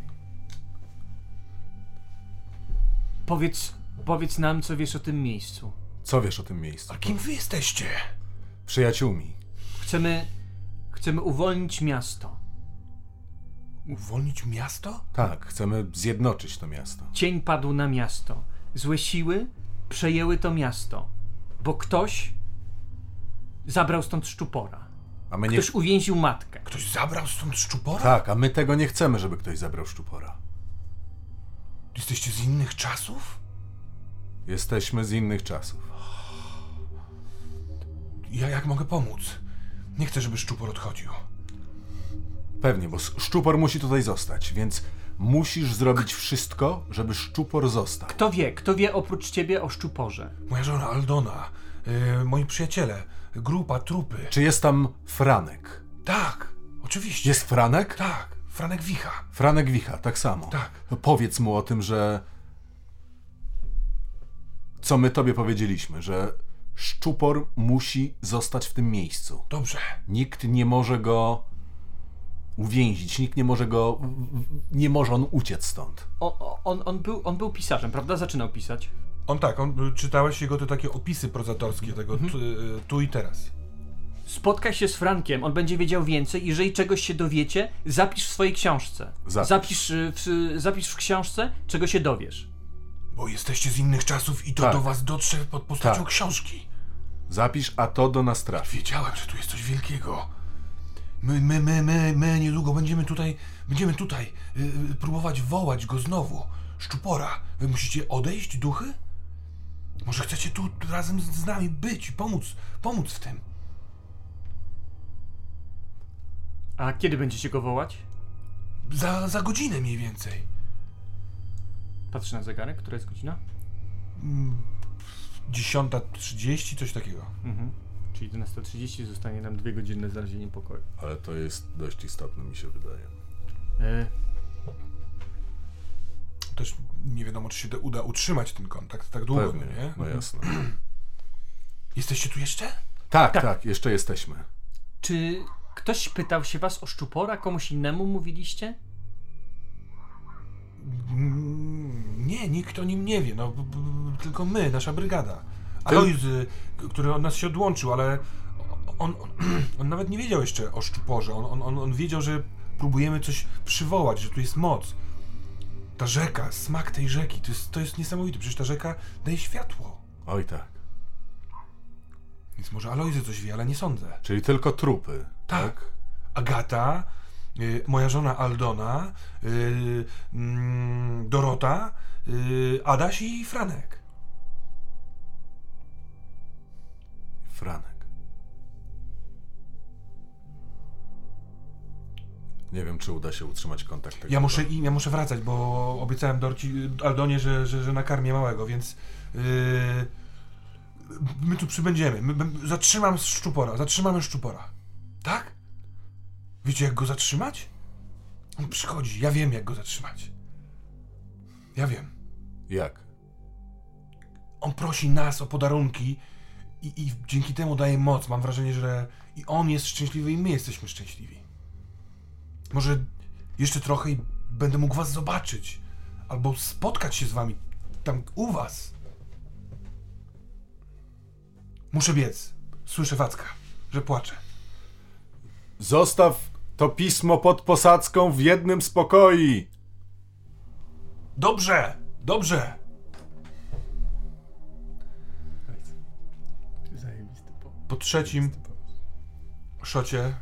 Powiedz nam, co wiesz o tym miejscu. Co wiesz o tym miejscu? A kim wy jesteście? Przyjaciółmi. Chcemy uwolnić miasto. Uwolnić miasto? Tak, chcemy zjednoczyć to miasto. Cień padł na miasto. Złe siły przejęły to miasto, bo ktoś zabrał stąd Szczupora. A my Ktoś uwięził matkę. Ktoś zabrał stąd Szczupora? Tak, a my tego nie chcemy, żeby ktoś zabrał Szczupora. Jesteście z innych czasów? Jesteśmy z innych czasów. Ja jak mogę pomóc? Nie chcę, żeby Szczupor odchodził. Pewnie, bo Szczupor musi tutaj zostać, więc musisz zrobić wszystko, żeby Szczupor został. Kto wie oprócz ciebie o Szczuporze? Moja żona Aldona, moi przyjaciele, grupa, trupy. Czy jest tam Franek? Tak, oczywiście. Jest Franek? Tak, Franek Wicha. Franek Wicha, tak samo. Tak. Powiedz mu o tym, że... Co my tobie powiedzieliśmy, że Szczupor musi zostać w tym miejscu. Dobrze. Nikt nie może go uwięzić, nikt nie może go... Nie może on uciec stąd. On był pisarzem, prawda? Zaczynał pisać. Czytałeś jego te takie opisy prozatorskie tego tu i teraz. Spotkaj się z Frankiem, on będzie wiedział więcej. Jeżeli czegoś się dowiecie, zapisz w swojej książce. Zapisz w książce, czego się dowiesz. Bo jesteście z innych czasów i to Tak. do was dotrze pod postacią Tak. książki. Zapisz, a to do nas trafi. Wiedziałem, że tu jest coś wielkiego. My niedługo będziemy tutaj próbować wołać go znowu. Szczupora. Wy musicie odejść, duchy? Może chcecie tu razem z nami być i pomóc w tym. A kiedy będziecie go wołać? Za godzinę mniej więcej. Patrzę na zegarek, która jest godzina? 10:30, coś takiego. Czyli 11:30 zostanie nam 2 godziny znalezienie pokoju. Ale to jest dość istotne, mi się wydaje. Też nie wiadomo, czy się uda utrzymać ten kontakt tak długo, Pewnie, nie? no jasne. Jesteście tu jeszcze? Tak, jeszcze jesteśmy. Czy ktoś pytał się was o Szczupora? Komuś innemu mówiliście? Nie, nikt o nim nie wie, tylko my, nasza brygada. Alojzy, który od nas się odłączył, ale on nawet nie wiedział jeszcze o Szczuporze. On wiedział, że próbujemy coś przywołać, że tu jest moc. Ta rzeka, smak tej rzeki, to jest niesamowite. Przecież ta rzeka daje światło. Oj tak. Więc może Alojzy coś wie, ale nie sądzę. Czyli tylko trupy. Tak. Agata, moja żona Aldona, Dorota, Adaś i Franek. Franek. Nie wiem, czy uda się utrzymać kontakt. Ja muszę wracać, bo obiecałem Aldonie, że nakarmię małego, więc my tu przybędziemy. Zatrzymamy Szczupora. Tak? Wiecie, jak go zatrzymać? On przychodzi, ja wiem, jak go zatrzymać. Ja wiem. Jak? On prosi nas o podarunki i dzięki temu daje moc. Mam wrażenie, że i on jest szczęśliwy i my jesteśmy szczęśliwi. Może jeszcze trochę i będę mógł was zobaczyć. Albo spotkać się z wami tam u was. Muszę biec. Słyszę Wacka, że płacze. Zostaw to pismo pod posadzką w jednym z pokoi. Dobrze! Po trzecim szocie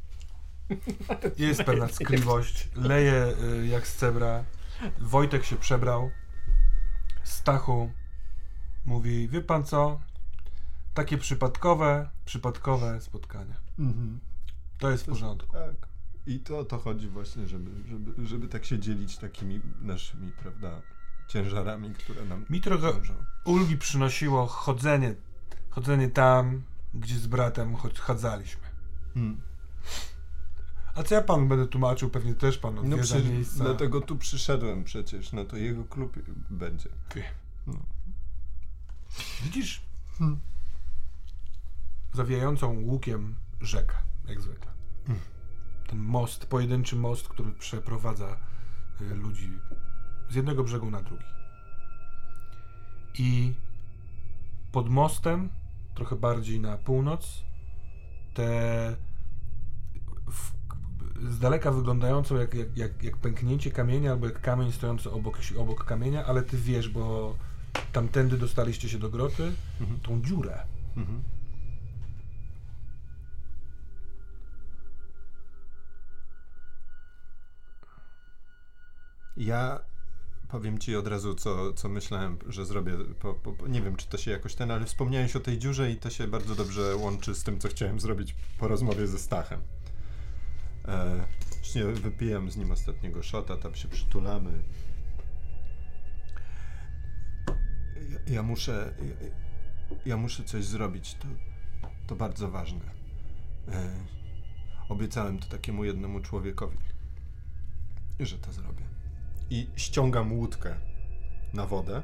jest pewna tkliwość. Leje jak z cebra. Wojtek się przebrał. Stachu mówi, wie pan co? Takie przypadkowe spotkania. To jest w porządku. Tak. I to o to chodzi właśnie, żeby tak się dzielić takimi naszymi, prawda, ciężarami, które nam Mi trochę ciążą. ulgi przynosiło chodzenie tam, gdzie z bratem chadzaliśmy. A co ja panu będę tłumaczył? Pewnie też pan odwiedza miejsca. Dlatego tu przyszedłem przecież, no to jego klub będzie. No. Widzisz? Zawijającą łukiem rzekę, jak zwykle. Ten most, pojedynczy most, który przeprowadza ludzi z jednego brzegu na drugi. I pod mostem, trochę bardziej na północ, te z daleka wyglądającą jak pęknięcie kamienia, albo jak kamień stojący obok kamienia, ale ty wiesz, bo tamtędy dostaliście się do groty, tą dziurę. Ja powiem ci od razu, co myślałem, że zrobię. Nie wiem, czy to się jakoś ale wspomniałeś o tej dziurze i to się bardzo dobrze łączy z tym, co chciałem zrobić po rozmowie ze Stachem. Właśnie wypijam z nim ostatniego shota, tam się przytulamy. Ja muszę coś zrobić, to bardzo ważne. Obiecałem to takiemu jednemu człowiekowi, że to zrobię. I ściągam łódkę na wodę.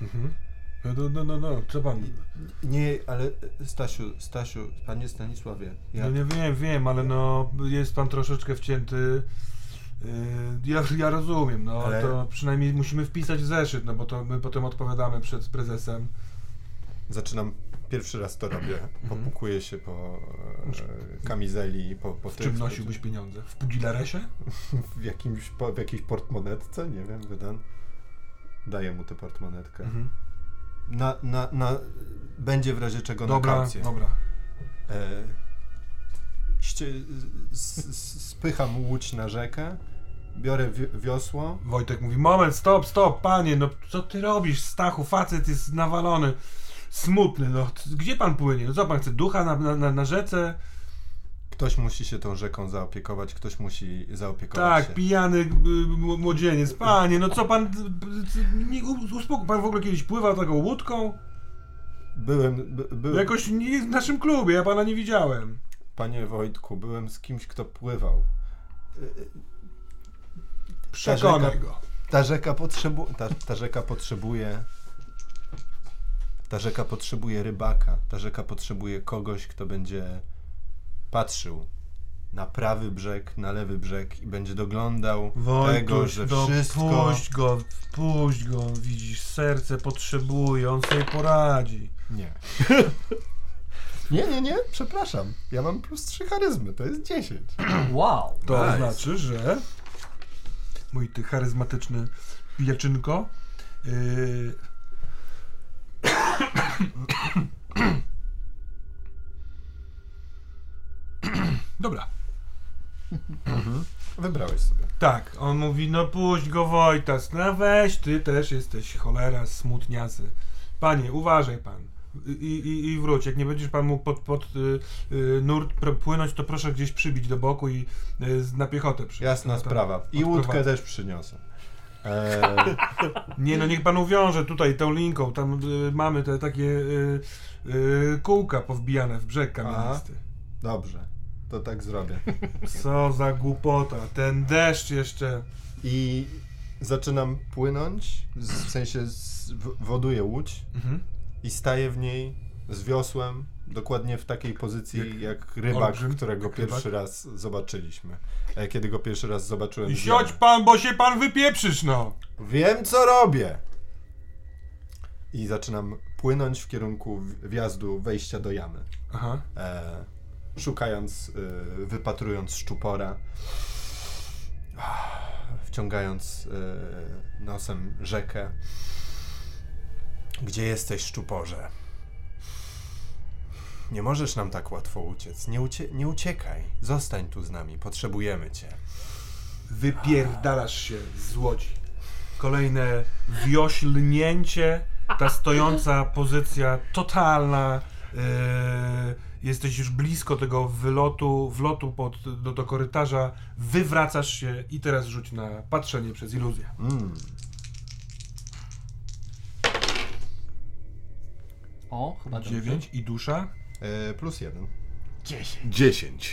No, co pan? Nie, ale Stasiu, panie Stanisławie. No nie wiem, ale no jest pan troszeczkę wcięty. Ja rozumiem, no ale... to przynajmniej musimy wpisać w zeszyt, no bo to my potem odpowiadamy przed prezesem. Zaczynam, pierwszy raz to robię. Popukuję się po kamizeli, po W czym nosiłbyś pieniądze? W Pugilaresie? w jakiejś portmonetce, nie wiem, wydan. Daję mu tę portmonetkę. Będzie w razie czego na kaucję. Dobra. Spycham łódź na rzekę, biorę wiosło. Wojtek mówi, moment, stop, panie, no co ty robisz, Stachu, facet jest nawalony, smutny, no gdzie pan płynie, no co pan chce, ducha na rzece? Ktoś musi się tą rzeką zaopiekować, ktoś musi zaopiekować się. Tak, pijany młodzieniec, panie, no co pan, uspokój, pan w ogóle kiedyś pływał taką łódką? Byłem... Jakoś nie w naszym klubie, ja pana nie widziałem. Panie Wojtku, byłem z kimś, kto pływał. Przekonaj go. Ta rzeka potrzebuje rybaka. Ta rzeka potrzebuje kogoś, kto będzie patrzył na prawy brzeg, na lewy brzeg i będzie doglądał tego, że wszystko... Puść go, widzisz, serce potrzebuje, on sobie poradzi. Nie. Nie, przepraszam. Ja mam +3 charyzmy, to jest 10. Wow! To Nice. znaczy, że mój ty charyzmatyczny pijaczynko Dobra. Wybrałeś sobie. Tak, on mówi, no puść go Wojtas, no weź, ty też jesteś cholera, smutniacy. Panie, uważaj pan. I wróć, jak nie będziesz pan mógł pod nurt płynąć, to proszę gdzieś przybić do boku i na piechotę przyjść. Jasna sprawa. I łódkę też przyniosę. Nie no, niech pan uwiąże tutaj tą linką, tam mamy te takie kółka powbijane w brzeg kamiennisty. Dobrze, to tak zrobię. Co za głupota, ten deszcz jeszcze. I zaczynam płynąć, w sensie woduję łódź i staję w niej z wiosłem, dokładnie w takiej pozycji jak rybak, olbrzym, którego jak pierwszy rybak. raz zobaczyliśmy. Kiedy go pierwszy raz zobaczyłem... I siądź pan, bo się pan wypieprzysz, no! Wiem, co robię! I zaczynam płynąć w kierunku wjazdu, wejścia do jamy. Aha. Szukając, wypatrując szczupora, wciągając nosem rzekę. Gdzie jesteś, szczuporze? Nie możesz nam tak łatwo uciec. Nie uciekaj. Zostań tu z nami. Potrzebujemy cię. Wypierdalasz się z łodzi. Kolejne wioślnięcie, ta stojąca pozycja totalna. Jesteś już blisko tego wlotu do korytarza, wywracasz się i teraz rzuć na patrzenie przez iluzję. O, chyba 9 i dusza. +1. 10.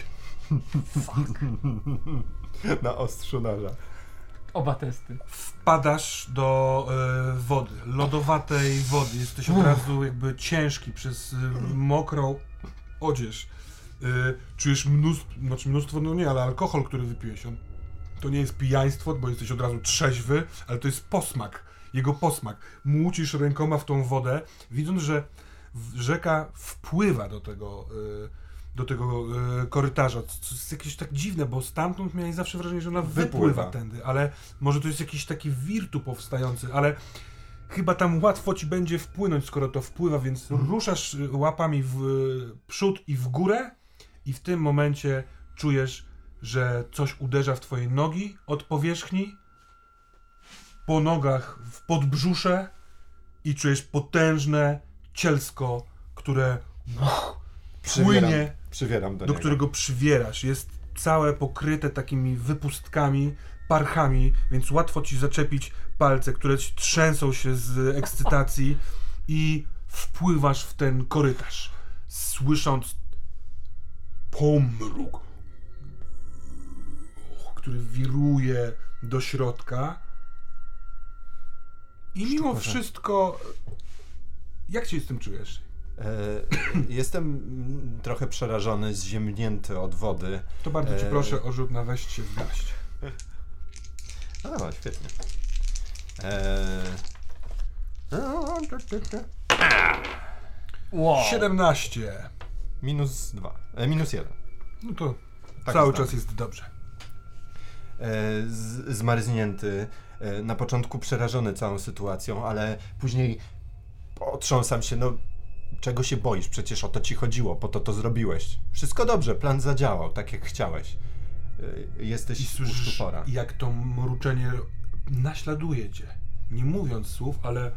Na ostrzu noża. Oba testy. Wpadasz do wody, lodowatej wody. Jesteś od razu jakby ciężki przez mokrą odzież. Czujesz mnóstwo, no nie, ale alkohol, który wypiłeś, to nie jest pijaństwo, bo jesteś od razu trzeźwy, ale to jest posmak, jego posmak. Młócisz rękoma w tą wodę, widząc, że rzeka wpływa do tego korytarza, co jest jakieś tak dziwne, bo stamtąd miałeś zawsze wrażenie, że ona wypływa tędy, ale może to jest jakiś taki wirtu powstający, ale chyba tam łatwo ci będzie wpłynąć, skoro to wpływa, więc ruszasz łapami w przód i w górę i w tym momencie czujesz, że coś uderza w twoje nogi od powierzchni, po nogach w podbrzusze i czujesz potężne cielsko, które płynie, Przywieram do do niego. którego przywierasz. Jest całe pokryte takimi wypustkami, parchami, więc łatwo ci zaczepić palce, które ci trzęsą się z ekscytacji i wpływasz w ten korytarz, słysząc pomruk, który wiruje do środka. I mimo wszystko, jak się z tym czujesz? Jestem trochę przerażony, zziemnięty od wody. To bardzo ci proszę o rzut na wejść się w garść. No, świetnie. Wow. 17. -2. -1. No to Tak cały jest czas tak. jest dobrze. Zmarznięty, na początku przerażony całą sytuacją, ale później otrząsam się, no czego się boisz? Przecież o to ci chodziło, po to zrobiłeś. Wszystko dobrze, plan zadziałał, tak jak chciałeś. Jesteś I u słyszysz, sztupora. jak to mruczenie naśladuje cię. Nie mówiąc słów, ale...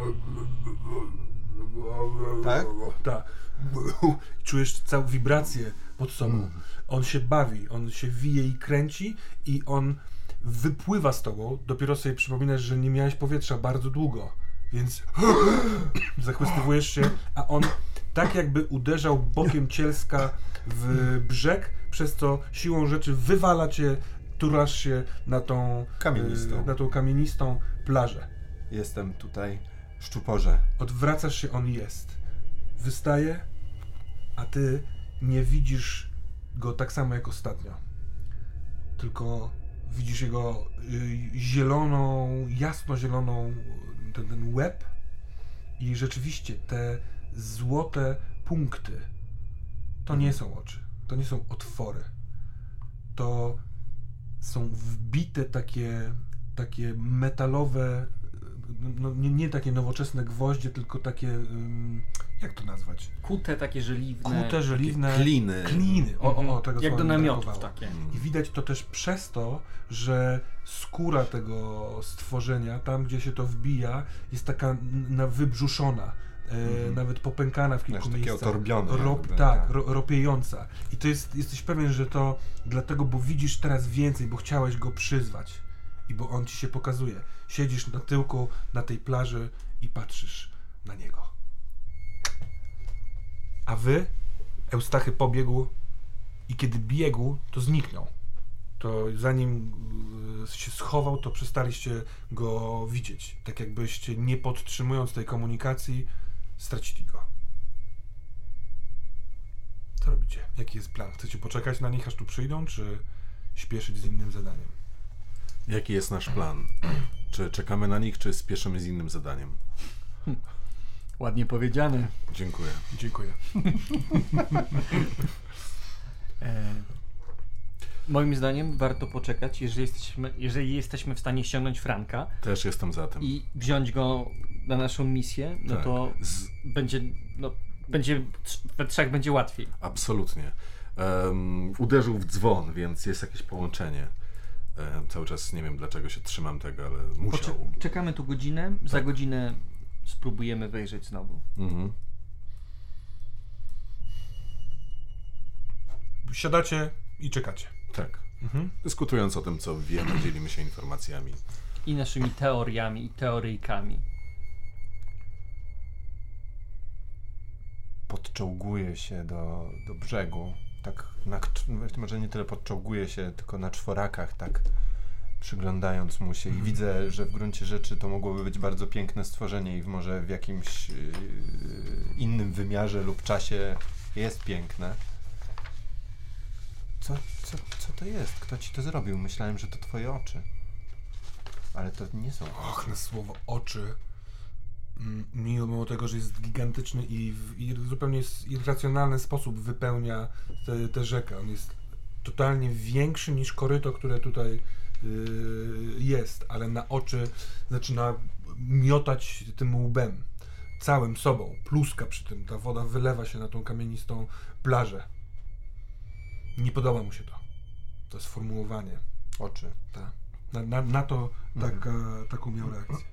Tak? Tak. Czujesz całą wibrację pod sobą. On się bawi, on się wije i kręci i on wypływa z tobą. Dopiero sobie przypominasz, że nie miałeś powietrza bardzo długo, więc zachłystywujesz się, a on tak jakby uderzał bokiem cielska w brzeg, przez co siłą rzeczy wywala cię, turasz się na tą kamienistą plażę. Jestem tutaj, szczuporze. Odwracasz się, on jest. Wystaje, a ty nie widzisz go tak samo jak ostatnio. Tylko widzisz jego zieloną, jasno-zieloną, ten łeb i rzeczywiście te złote punkty to nie są oczy, to nie są otwory. To są wbite takie metalowe, no nie takie nowoczesne gwoździe, tylko takie, jak to nazwać? Kute, takie żeliwne. Kute, żeliwne. Kliny. Kliny. O, tego jak słowa do mi namiotów brakowało. takie. I widać to też przez to, że skóra tego stworzenia, tam gdzie się to wbija, jest taka wybrzuszona. Nawet popękana w kilku takie miejscach. otorbione jakby, Tak, ropiejąca. I to jesteś pewien, że to dlatego, bo widzisz teraz więcej, bo chciałeś go przyzwać. I bo on ci się pokazuje. Siedzisz na tyłku na tej plaży i patrzysz na niego. A wy, Eustachy pobiegł i kiedy biegł, to zniknął. To zanim się schował, to przestaliście go widzieć. Tak jakbyście, nie podtrzymując tej komunikacji, stracili go. Co robicie? Jaki jest plan? Chcecie poczekać na nich, aż tu przyjdą, czy śpieszyć z innym zadaniem? Jaki jest nasz plan? Czy czekamy na nich, czy spieszymy z innym zadaniem? Ładnie powiedziane. Dziękuję. Dziękuję. Moim zdaniem warto poczekać, jeżeli jesteśmy w stanie ściągnąć Franka Też jestem za tym. i wziąć go na naszą misję, no Tak. to będzie we trzech będzie łatwiej. Absolutnie. Uderzył w dzwon, więc jest jakieś połączenie. Cały czas nie wiem, dlaczego się trzymam tego, ale musiał. Czekamy tu godzinę, za godzinę spróbujemy wejrzeć znowu. Mhm. Siadacie i czekacie. Tak. Dyskutując o tym, co wiemy, dzielimy się informacjami. I naszymi teoriami i teoryjkami. Podczołguję się do brzegu, tak może nie tyle podczołguję się, tylko na czworakach, tak przyglądając mu się i widzę, że w gruncie rzeczy to mogłoby być bardzo piękne stworzenie i może w jakimś innym wymiarze lub czasie jest piękne. Co to jest? Kto ci to zrobił? Myślałem, że to twoje oczy. Ale to nie są oczy. Och, na słowo oczy. Mimo tego, że jest gigantyczny i w zupełnie irracjonalny sposób wypełnia tę rzekę. On jest totalnie większy niż koryto, które tutaj jest, ale na oczy zaczyna miotać tym łbem. Całym sobą. Pluska przy tym. Ta woda wylewa się na tą kamienistą plażę. Nie podoba mu się to. To sformułowanie. Oczy. Ta. Na to taką miał reakcję.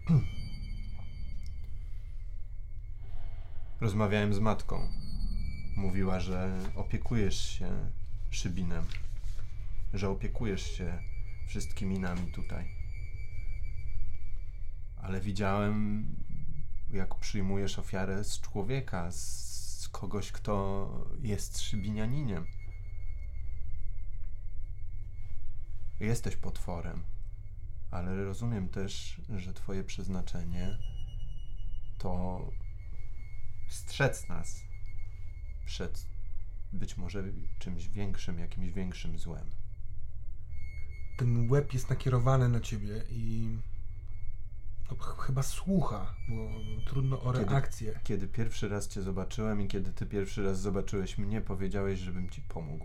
Rozmawiałem z matką. Mówiła, że opiekujesz się Szybinem. Że opiekujesz się wszystkimi nami tutaj. Ale widziałem, jak przyjmujesz ofiarę z człowieka, z kogoś, kto jest Szybinianinem. Jesteś potworem, ale rozumiem też, że twoje przeznaczenie to strzec nas przed być może czymś większym, jakimś większym złem. Ten łeb jest nakierowany na ciebie i chyba słucha, bo trudno o reakcję. Kiedy pierwszy raz cię zobaczyłem i kiedy ty pierwszy raz zobaczyłeś mnie, powiedziałeś, żebym ci pomógł.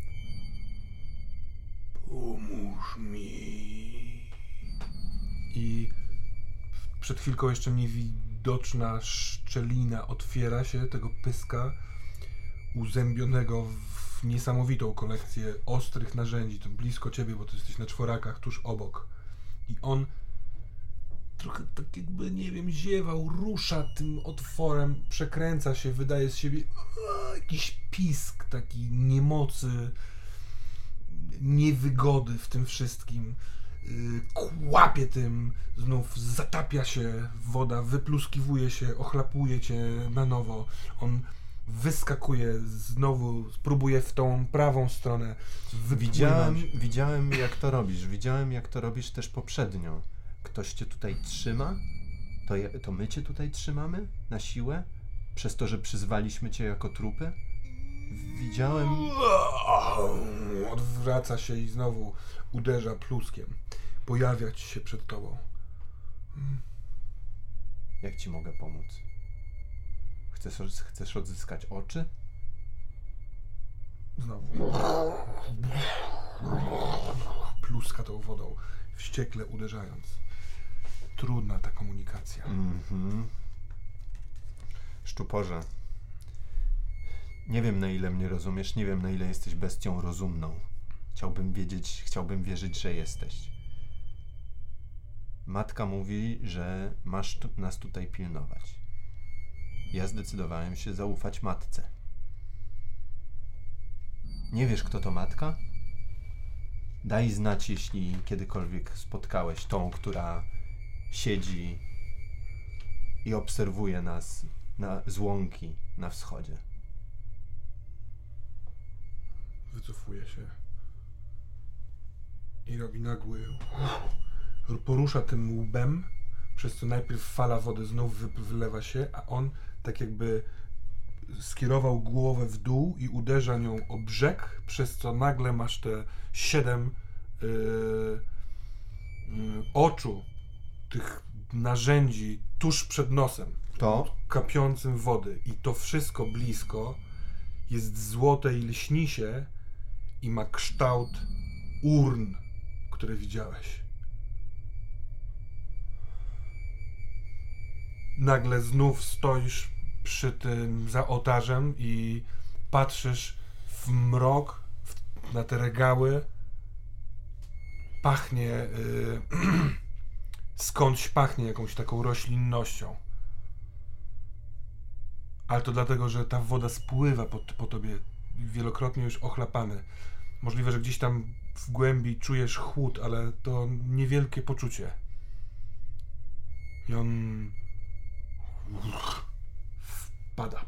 Pomóż mi. I przed chwilką jeszcze niewidoczna szczelina otwiera się tego pyska uzębionego w niesamowitą kolekcję ostrych narzędzi. To blisko ciebie, bo ty jesteś na czworakach, tuż obok. I on trochę tak jakby, nie wiem, ziewał, rusza tym otworem, przekręca się, wydaje z siebie jakiś pisk taki niemocy, niewygody w tym wszystkim. Kłapie tym, znów zatapia się woda, wypluskiwuje się, ochlapuje cię na nowo. On wyskakuje znowu, spróbuje w tą prawą stronę wypłynąć. Widziałem jak to robisz. Widziałem jak to robisz też poprzednio. Ktoś cię tutaj trzyma? To my cię tutaj trzymamy? Na siłę? Przez to, że przyzwaliśmy cię jako trupy? Widziałem... Odwraca się i znowu uderza pluskiem. Pojawiać się przed tobą. Jak ci mogę pomóc? Chcesz odzyskać oczy? Znowu. Pluska tą wodą, wściekle uderzając. Trudna ta komunikacja. Szczuporze. Nie wiem, na ile mnie rozumiesz, nie wiem, na ile jesteś bestią rozumną. Chciałbym wierzyć, że jesteś. Matka mówi, że masz nas tutaj pilnować. Ja zdecydowałem się zaufać matce. Nie wiesz, kto to matka? Daj znać, jeśli kiedykolwiek spotkałeś tą, która siedzi i obserwuje nas z łąki na wschodzie. Wycofuje się i robi nagły... Porusza tym łbem, przez co najpierw fala wody znów wylewa się, a on tak jakby skierował głowę w dół i uderza nią o brzeg, przez co nagle masz te 7 oczu tych narzędzi tuż przed nosem, kapiącym wody, i to wszystko blisko jest złote i lśni się i ma kształt urn, które widziałeś. Nagle znów stoisz przy tym za ołtarzem i patrzysz w mrok, na te regały. Pachnie, skądś pachnie jakąś taką roślinnością. Ale to dlatego, że ta woda spływa po tobie, wielokrotnie już ochlapany. Możliwe, że gdzieś tam w głębi czujesz chłód, ale to niewielkie poczucie. I on wpada.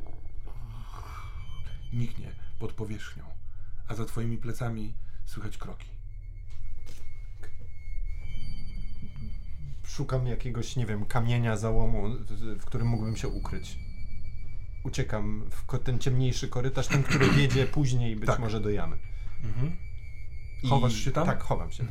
Niknie pod powierzchnią, a za twoimi plecami słychać kroki. Szukam jakiegoś, nie wiem, kamienia, załomu, w którym mógłbym się ukryć. Uciekam w ten ciemniejszy korytarz, ten, który wiedzie później być może do jamy. Chowasz się tam? Tak, chowam się.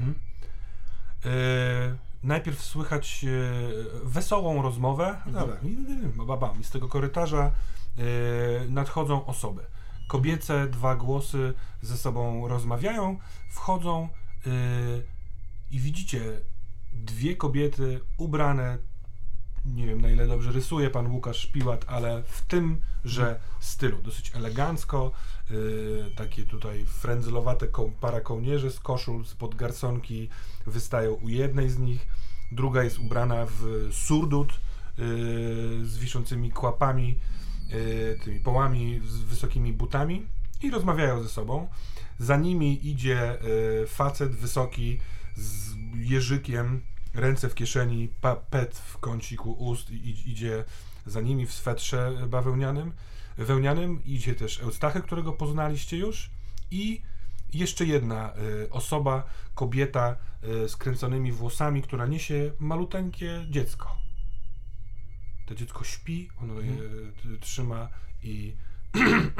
Najpierw słychać wesołą rozmowę. Dobra, i z tego korytarza nadchodzą osoby. Kobiece 2 głosy ze sobą rozmawiają, wchodzą i widzicie 2 kobiety ubrane, nie wiem, na ile dobrze rysuje pan Łukasz Piłat, ale w tymże stylu, dosyć elegancko, takie tutaj frędzlowate para kołnierze z koszul, spod garsonki wystają u jednej z nich, druga jest ubrana w surdut z wiszącymi kłapami, tymi połami, z wysokimi butami i rozmawiają ze sobą. Za nimi idzie facet wysoki z jeżykiem, ręce w kieszeni, pet w kąciku ust i idzie za nimi w swetrze wełnianym. Idzie też Eustachy, którego poznaliście już, i jeszcze jedna osoba, kobieta z kręconymi włosami, która niesie maluteńkie dziecko. To dziecko śpi, ono je trzyma i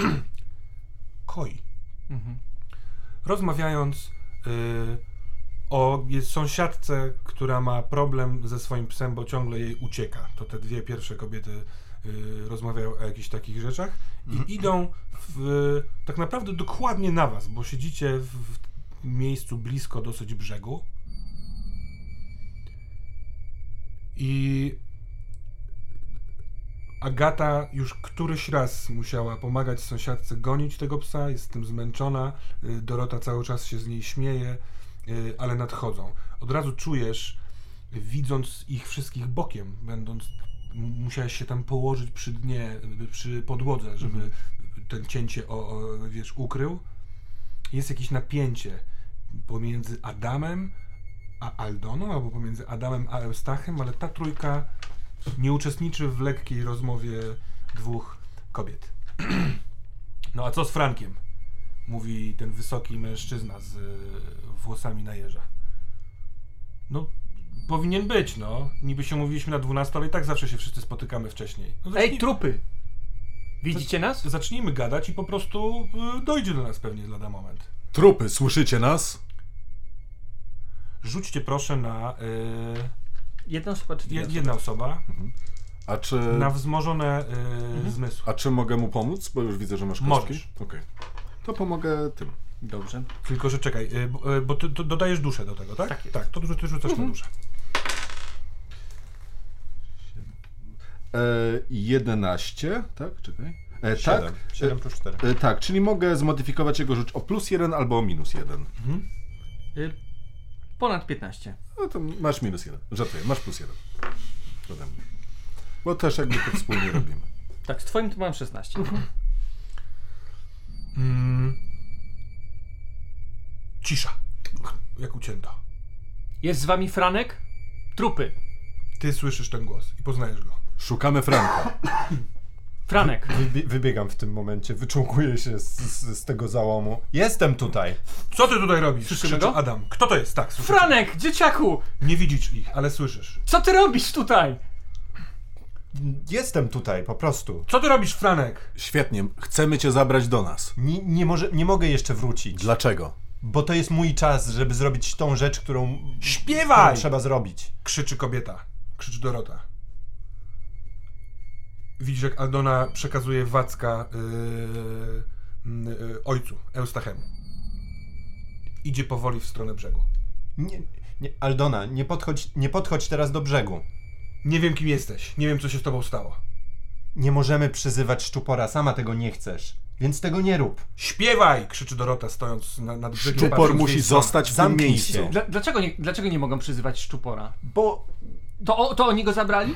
koi. Rozmawiając, o jest sąsiadce, która ma problem ze swoim psem, bo ciągle jej ucieka. To te dwie pierwsze kobiety rozmawiają o jakichś takich rzeczach i idą tak naprawdę dokładnie na was, bo siedzicie w miejscu blisko dosyć brzegu i Agata już któryś raz musiała pomagać sąsiadce gonić tego psa, jest tym zmęczona, Dorota cały czas się z niej śmieje, ale nadchodzą. Od razu czujesz, widząc ich wszystkich bokiem, będąc, musiałeś się tam położyć przy dnie, przy podłodze, żeby ten cięcie wiesz, ukrył. Jest jakieś napięcie pomiędzy Adamem a Aldoną, albo pomiędzy Adamem a Eustachem, ale ta trójka nie uczestniczy w lekkiej rozmowie dwóch kobiet. No a co z Frankiem? Mówi ten wysoki mężczyzna z włosami na jeża. No, powinien być, no. Niby się mówiliśmy na 12, ale i tak zawsze się wszyscy spotykamy wcześniej. No, Ej, trupy! Widzicie nas? Zacznijmy gadać i po prostu dojdzie do nas pewnie lada moment. Trupy, słyszycie nas? Rzućcie proszę na... Jedna osoba czy dwie osoby? Jedna osoba. A czy... Na wzmożone zmysły. A czy mogę mu pomóc? Bo już widzę, że masz kostki. Możesz. Okej. To pomogę tym. Dobrze. Tylko, że czekaj, bo ty dodajesz duszę do tego, tak? Tak jest. Tak, to ty rzucasz na duszę. 11, tak? Czekaj. 7. Tak. 7 plus 4. Tak, czyli mogę zmodyfikować jego rzecz o +1 albo o -1. Ponad 15. No to masz -1. Żartuję, masz +1. Ode mnie. Bo też jakby to wspólnie robimy. Tak, z twoim to mam 16. Cisza. Jak ucięto. Jest z wami Franek? Trupy. Ty słyszysz ten głos i poznajesz go. Szukamy Franka. Franek. Wybiegam w tym momencie, wyczłkuję się z tego załomu. Jestem tutaj! Co ty tutaj robisz? Słyszymy Krzyczy go? Adam. Kto to jest? Tak, słyszysz. Franek, dzieciaku! Nie widzisz ich, ale słyszysz. Co ty robisz tutaj? Jestem tutaj, po prostu. Co ty robisz, Franek? Świetnie, chcemy cię zabrać do nas. Nie mogę jeszcze wrócić. Dlaczego? Bo to jest mój czas, żeby zrobić tą rzecz, którą Śpiewaj! trzeba zrobić. Krzyczy kobieta. Krzyczy Dorota. Widzisz, jak Aldona przekazuje Wacka ojcu, Eustachemu. Idzie powoli w stronę brzegu. Nie, Aldona, nie podchodź teraz do brzegu. Nie wiem, kim jesteś. Nie wiem, co się z tobą stało. Nie możemy przyzywać szczupora, sama tego nie chcesz. Więc tego nie rób. Śpiewaj! Krzyczy Dorota, stojąc nad brzegiem. Szczupor patrząc w musi jej stronę. zostać w tym Zamknij miejscu. się. Dlaczego nie mogą przyzywać szczupora? Bo To oni go zabrali?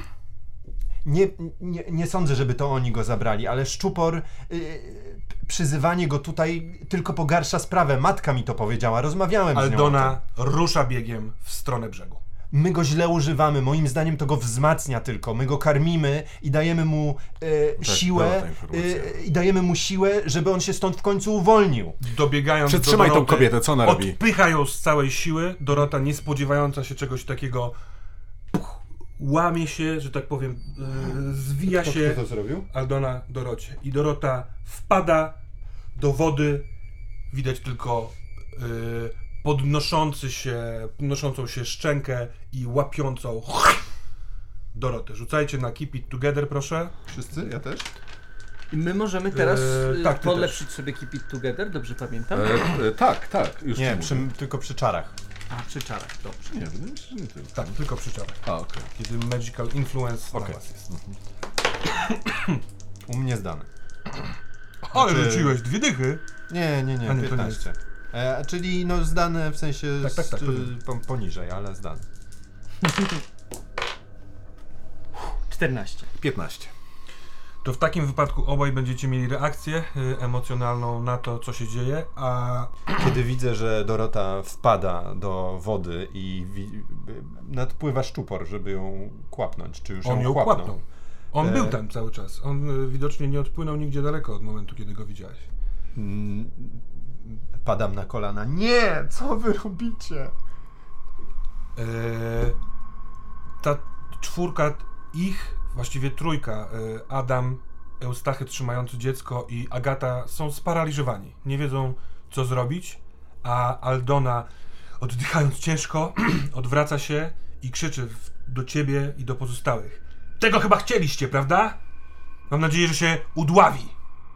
nie sądzę, żeby to oni go zabrali, ale szczupor... przyzywanie go tutaj tylko pogarsza sprawę. Matka mi to powiedziała, rozmawiałem z nią. Aldona rusza biegiem w stronę brzegu. My go źle używamy, moim zdaniem to go wzmacnia tylko. My go karmimy i dajemy mu była siłę, ta informacja. i dajemy mu siłę, żeby on się stąd w końcu uwolnił. Dobiegają Przytrzymaj do tą Doroty, kobietę, co ona robi? odpycha ją z całej siły. Dorota, nie spodziewająca się czegoś takiego, łamie się, że tak powiem, zwija się. Kto to zrobił? Aldona Dorocie. I Dorota wpada do wody. Widać tylko podnoszącą się szczękę i łapiącą Dorotę. Rzucajcie na Keep It Together, proszę. Wszyscy? Ja też? I my możemy teraz tak, ty polepszyć sobie Keep It Together, dobrze pamiętam? Tak. Już Nie, ci mówię. tylko przy czarach. A, przy czarach, dobrze. Nie, wydaje mi się, że nie tylko. Tak, tylko przy czarach. A, okej. Kiedy Magical Influence na was jest. U mnie zdane. Ale Znaczy- rzuciłeś 2 dychy. Nie, A nie, to nie 15. Czyli no zdane w sensie Tak, poniżej, ale zdane. 14. 15. To w takim wypadku obaj będziecie mieli reakcję emocjonalną na to, co się dzieje, a Kiedy widzę, że Dorota wpada do wody i nadpływa szczupor, żeby ją kłapnąć, czy już on ją kłapnął. kłapnął. On był tam cały czas. On widocznie nie odpłynął nigdzie daleko od momentu, kiedy go widziałeś. Padam na kolana. Nie! Co wy robicie? Ta czwórka ich, właściwie trójka, Adam, Eustachy trzymający dziecko i Agata są sparaliżowani. Nie wiedzą, co zrobić, a Aldona oddychając ciężko, odwraca się i krzyczy do ciebie i do pozostałych. Tego chyba chcieliście, prawda? Mam nadzieję, że się udławi.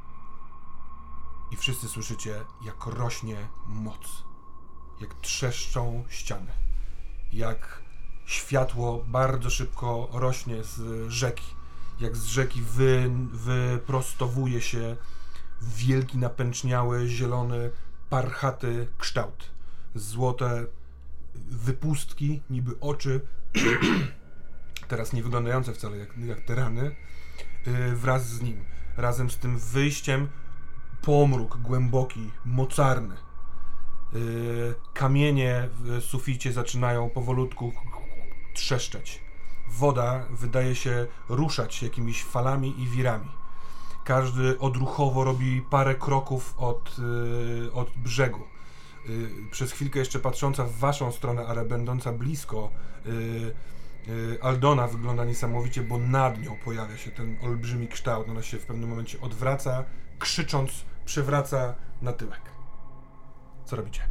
I wszyscy słyszycie, jak rośnie moc. Jak trzeszczą ściany. Jak światło bardzo szybko rośnie z rzeki. Jak z rzeki wyprostowuje się wielki, napęczniały, zielony, parchaty kształt. Złote wypustki, niby oczy, teraz nie wyglądające wcale jak te rany, wraz z nim. Razem z tym wyjściem pomruk głęboki, mocarny. Kamienie w suficie zaczynają powolutku trzeszczeć. Woda wydaje się ruszać jakimiś falami i wirami. Każdy odruchowo robi parę kroków od brzegu. Przez chwilkę jeszcze patrząca w waszą stronę, ale będąca blisko, Aldona wygląda niesamowicie, bo nad nią pojawia się ten olbrzymi kształt. Ona się w pewnym momencie odwraca, krzycząc, przewraca na tyłek. Co robicie?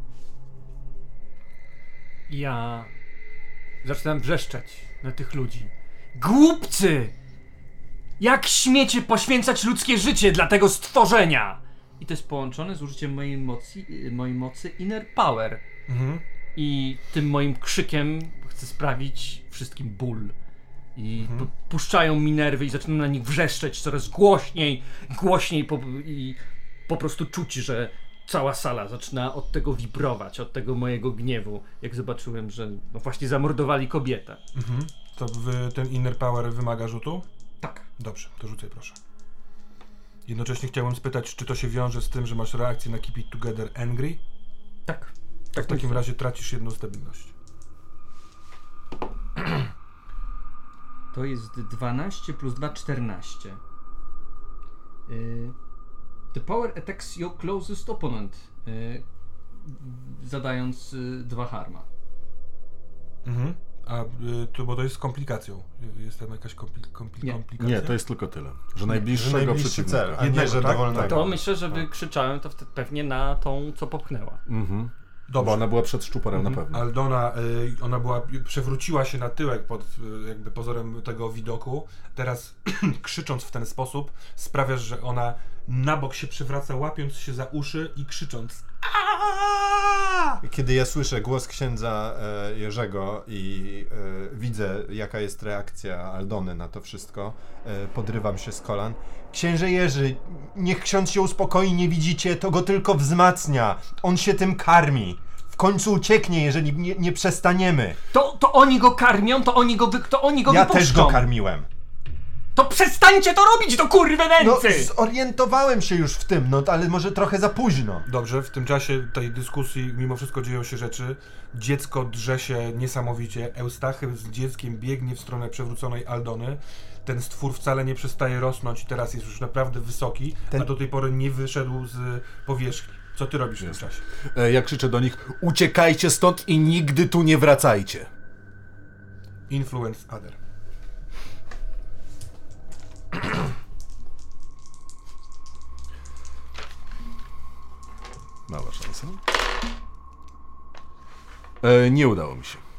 Ja zaczynam wrzeszczeć na tych ludzi. Głupcy! Jak śmiecie poświęcać ludzkie życie dla tego stworzenia? I to jest połączone z użyciem mojej mocy Inner Power. Mhm. I tym moim krzykiem chcę sprawić wszystkim ból. I puszczają mi nerwy i zaczynam na nich wrzeszczeć coraz głośniej i po prostu czuć, że cała sala zaczyna od tego wibrować, od tego mojego gniewu, jak zobaczyłem, że no właśnie zamordowali kobietę. Mhm. To ten Inner Power wymaga rzutu? Tak. Dobrze, to rzucaj proszę. Jednocześnie chciałbym spytać, czy to się wiąże z tym, że masz reakcję na Keep It Together Angry? Tak. To w takim razie tracisz jedną stabilność. To jest 12 plus 2, 14. The power attacks your closest opponent, zadając 2 harma. Mhm. A bo to jest z komplikacją. Jest tam jakaś komplikacja? Nie, to jest tylko tyle. Że najbliższego przeciwnika. cel, a nie, że dowolnego. To myślę, że wykrzyczałem to pewnie na tą, co popchnęła. Mhm. Dobrze. Bo ona była przed szczuporem na pewno. Aldona, ona przewróciła się na tyłek pod jakby pozorem tego widoku. Teraz krzycząc w ten sposób sprawiasz, że ona na bok się przewraca, łapiąc się za uszy i krzycząc. Kiedy ja słyszę głos księdza Jerzego i widzę, jaka jest reakcja Aldony na to wszystko, podrywam się z kolan. Księże Jerzy, niech ksiądz się uspokoi, nie widzicie, to go tylko wzmacnia. On się tym karmi. W końcu ucieknie, jeżeli nie przestaniemy. To oni go karmią, to oni go wypuszczą. Ja też go karmiłem. To przestańcie to robić, do kurwy nędzy! No, zorientowałem się już w tym, no ale może trochę za późno. Dobrze, w tym czasie tej dyskusji mimo wszystko dzieją się rzeczy. Dziecko drze się niesamowicie. Eustachy z dzieckiem biegnie w stronę przewróconej Aldony. Ten stwór wcale nie przestaje rosnąć i teraz jest już naprawdę wysoki, a do tej pory nie wyszedł z powierzchni. Co ty robisz w tym czasie? Ja krzyczę do nich: uciekajcie stąd i nigdy tu nie wracajcie. Influence Other. Mała szansa. Nie udało mi się.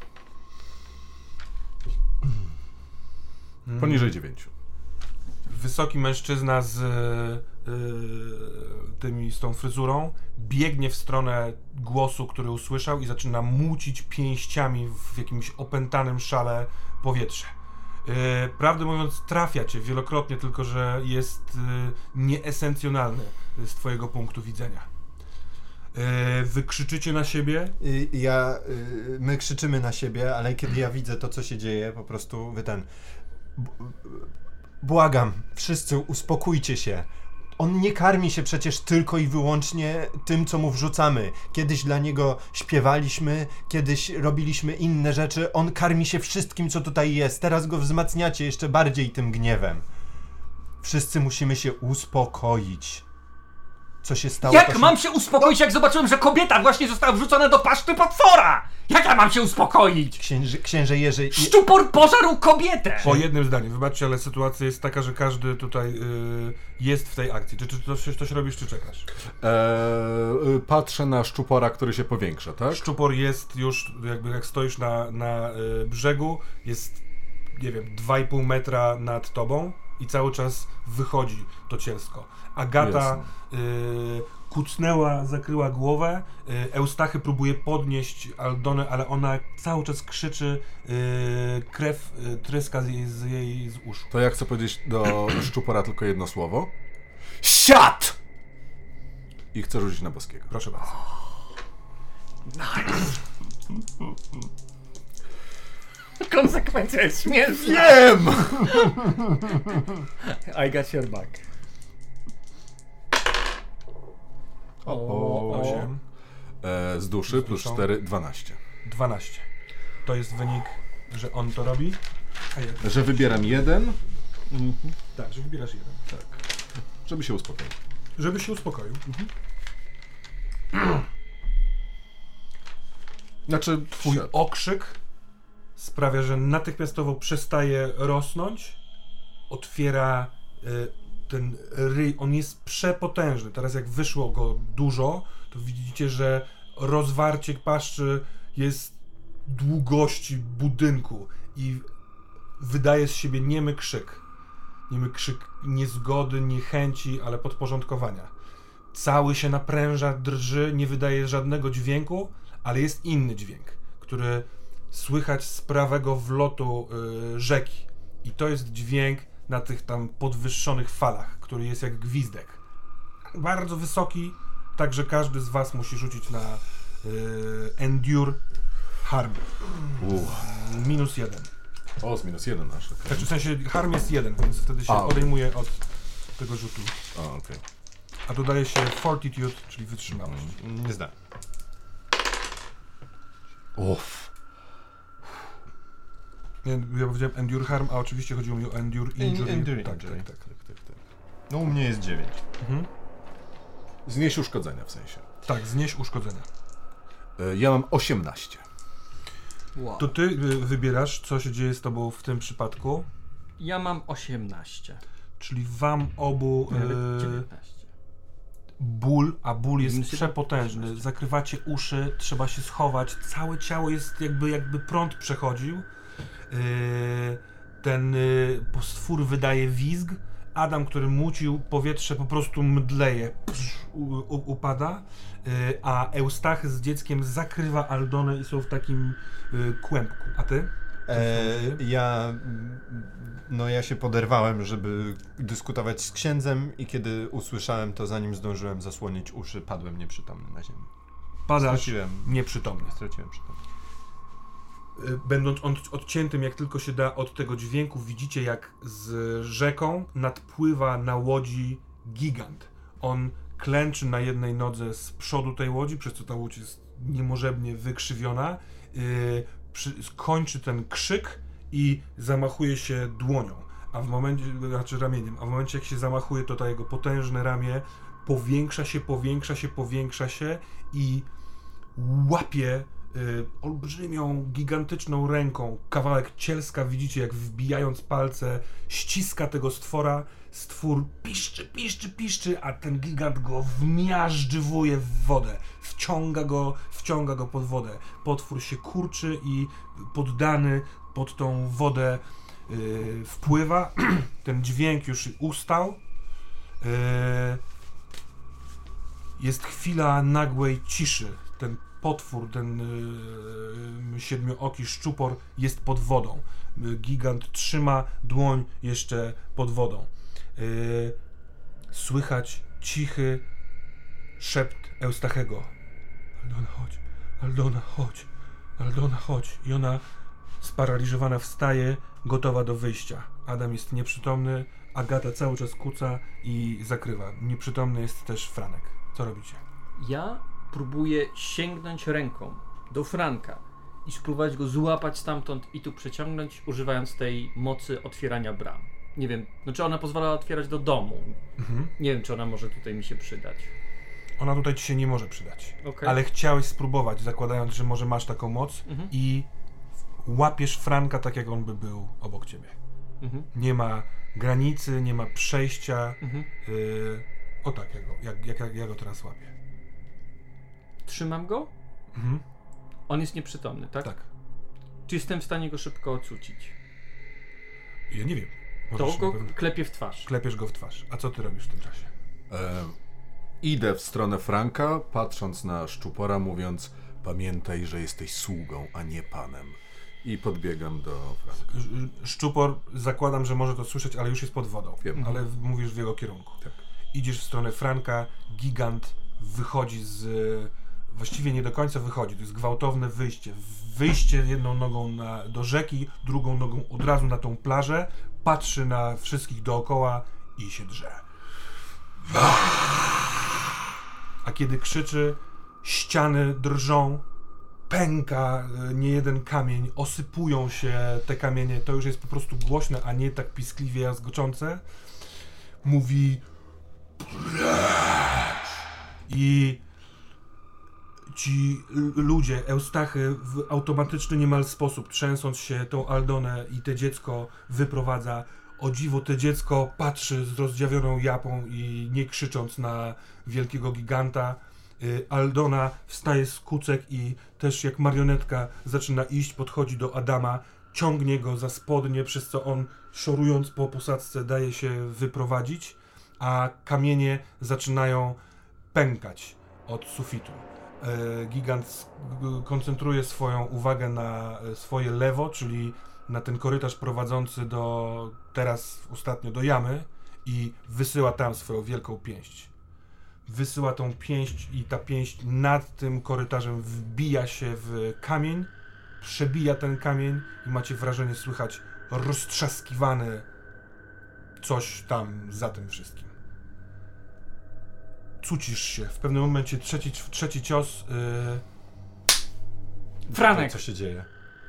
Poniżej 9. Wysoki mężczyzna z tą fryzurą biegnie w stronę głosu, który usłyszał i zaczyna mucić pięściami w jakimś opętanym szale powietrze. Prawdę mówiąc, trafia cię wielokrotnie, tylko że jest nieesencjonalny z twojego punktu widzenia. Wy krzyczycie na siebie? My krzyczymy na siebie, ale kiedy ja widzę to, co się dzieje, po prostu błagam, wszyscy uspokójcie się. On nie karmi się przecież tylko i wyłącznie tym, co mu wrzucamy. Kiedyś dla niego śpiewaliśmy, kiedyś robiliśmy inne rzeczy. On karmi się wszystkim, co tutaj jest. Teraz go wzmacniacie jeszcze bardziej tym gniewem. Wszyscy musimy się uspokoić. co się stało... Jak mam się uspokoić, jak zobaczyłem, że kobieta właśnie została wrzucona do paszczy potwora? Jak ja mam się uspokoić? Księże Jerzy... Szczupor pożarł kobietę! Po jednym zdaniu, wybaczcie, ale sytuacja jest taka, że każdy tutaj jest w tej akcji. Czy coś robisz, czy czekasz? Patrzę na szczupora, który się powiększa, tak? Szczupor jest już, jakby jak stoisz na brzegu, jest, nie wiem, 2,5 metra nad tobą i cały czas wychodzi to cielsko. Agata kucnęła, zakryła głowę, Eustachy próbuje podnieść Aldonę, ale ona cały czas krzyczy, krew tryska z jej uszu. To ja chcę powiedzieć do szczupora tylko jedno słowo. Siad! I chcę rzucić na boskiego. Proszę bardzo. Nice! Konsekwencja jest śmieszna! Wiem! I got your back. O. 8. Z duszy plus 4, 12. 12. To jest wynik, że on to robi. A ja... Że wybieram jeden. Tak, że wybierasz jeden. Tak. Żeby się uspokoił. Żeby się uspokoił. Znaczy, Twój okrzyk sprawia, że natychmiastowo przestaje rosnąć, otwiera ten ryj, on jest przepotężny. Teraz jak wyszło go dużo, to widzicie, że rozwarcie paszczy jest długości budynku i wydaje z siebie niemy krzyk. Niemy krzyk niezgody, niechęci, ale podporządkowania. Cały się napręża, drży, nie wydaje żadnego dźwięku, ale jest inny dźwięk, który słychać z prawego wlotu rzeki. I to jest dźwięk na tych tam podwyższonych falach, który jest jak gwizdek. Bardzo wysoki, tak że każdy z was musi rzucić na Endure Harm. -1. O, z -1 nasz. Okay. Znaczy w sensie Harm jest 1, więc wtedy się odejmuje od tego rzutu. Okej. A dodaje się Fortitude, czyli wytrzymałość. Nie znam. Uff. Ja powiedziałem Endure Harm, a oczywiście chodziło mi o Endure Injury. Endure tak. No u mnie jest 9. Mhm. Znieść uszkodzenia w sensie. Tak, znieś uszkodzenia. Ja mam 18. Wow. To ty wybierasz, co się dzieje z tobą w tym przypadku, Ja mam 18. czyli wam obu 19. ból, a ból jest Minus przepotężny. 18. Zakrywacie uszy, trzeba się schować, całe ciało jest jakby prąd przechodził. Ten stwór wydaje wizg. Adam, który mucił powietrze, po prostu mdleje, upada, a Eustachy z dzieckiem zakrywa Aldonę i są w takim kłębku. A ty? Ja się poderwałem, żeby dyskutować z księdzem i kiedy usłyszałem to, zanim zdążyłem zasłonić uszy, padłem nieprzytomny na ziemi. Padasz nieprzytomny. Straciłem przytomność. Będąc odciętym jak tylko się da od tego dźwięku, widzicie jak z rzeką nadpływa na łodzi gigant. On klęczy na jednej nodze z przodu tej łodzi, przez co ta łódź jest niemożebnie wykrzywiona. Kończy ten krzyk i zamachuje się dłonią, ramieniem, a w momencie jak się zamachuje, to ta jego potężne ramię powiększa się i łapie olbrzymią, gigantyczną ręką kawałek cielska. Widzicie, jak wbijając palce ściska tego stwora. Stwór piszczy, a ten gigant go wmiażdżywuje w wodę. Wciąga go pod wodę. Potwór się kurczy i poddany pod tą wodę wpływa. Ten dźwięk już ustał. Jest chwila nagłej ciszy. Ten potwór, ten siedmiooki szczupor jest pod wodą. Gigant trzyma dłoń jeszcze pod wodą. Słychać cichy szept Eustachego. Aldona, chodź. Aldona, chodź. Aldona, chodź. I ona sparaliżowana wstaje, gotowa do wyjścia. Adam jest nieprzytomny, Agata cały czas kuca i zakrywa. Nieprzytomny jest też Franek. Co robicie? Ja próbuję sięgnąć ręką do Franka i spróbować go złapać stamtąd i tu przeciągnąć, używając tej mocy otwierania bram. Nie wiem, no czy ona pozwala otwierać do domu. Nie wiem, czy ona może tutaj mi się przydać. Ona tutaj ci się nie może przydać. Okej. Ale chciałeś spróbować, zakładając, że może masz taką moc i łapiesz Franka tak, jak on by był obok ciebie. Nie ma granicy, nie ma przejścia. O tak, jak ja go teraz łapię. Trzymam go? On jest nieprzytomny, tak? Tak. Czy jestem w stanie go szybko ocucić? Ja nie wiem. To Możesz go na pewno- klepię w twarz. Klepiesz go w twarz. A co ty robisz w tym czasie? Idę w stronę Franka, patrząc na Szczupora, mówiąc: pamiętaj, że jesteś sługą, a nie panem. I podbiegam do Franka. Szczupor, zakładam, że może to słyszeć, ale już jest pod wodą. Wiem. Ale mówisz w jego kierunku. Tak. Idziesz w stronę Franka, gigant wychodzi właściwie nie do końca wychodzi, to jest gwałtowne wyjście. Wyjście jedną nogą do rzeki, drugą nogą od razu na tą plażę, patrzy na wszystkich dookoła i się drze. A kiedy krzyczy, ściany drżą, pęka niejeden kamień, osypują się te kamienie, to już jest po prostu głośne, a nie tak piskliwie jazgoczące. Mówi i ci ludzie, Eustachy w automatyczny niemal sposób, trzęsąc się tą Aldonę i te dziecko wyprowadza. O dziwo, te dziecko patrzy z rozdziawioną japą i nie krzycząc na wielkiego giganta. Aldona wstaje z kucek i też jak marionetka zaczyna iść, podchodzi do Adama, ciągnie go za spodnie, przez co on, szorując po posadzce, daje się wyprowadzić, a kamienie zaczynają pękać od sufitu. Gigant koncentruje swoją uwagę na swoje lewo, czyli na ten korytarz prowadzący teraz ostatnio do jamy i wysyła tam swoją wielką pięść. Wysyła tą pięść i ta pięść nad tym korytarzem wbija się w kamień, przebija ten kamień i macie wrażenie słychać roztrzaskiwane coś tam za tym wszystkim. Cucisz się. W pewnym momencie trzeci cios. Franek! Co się dzieje?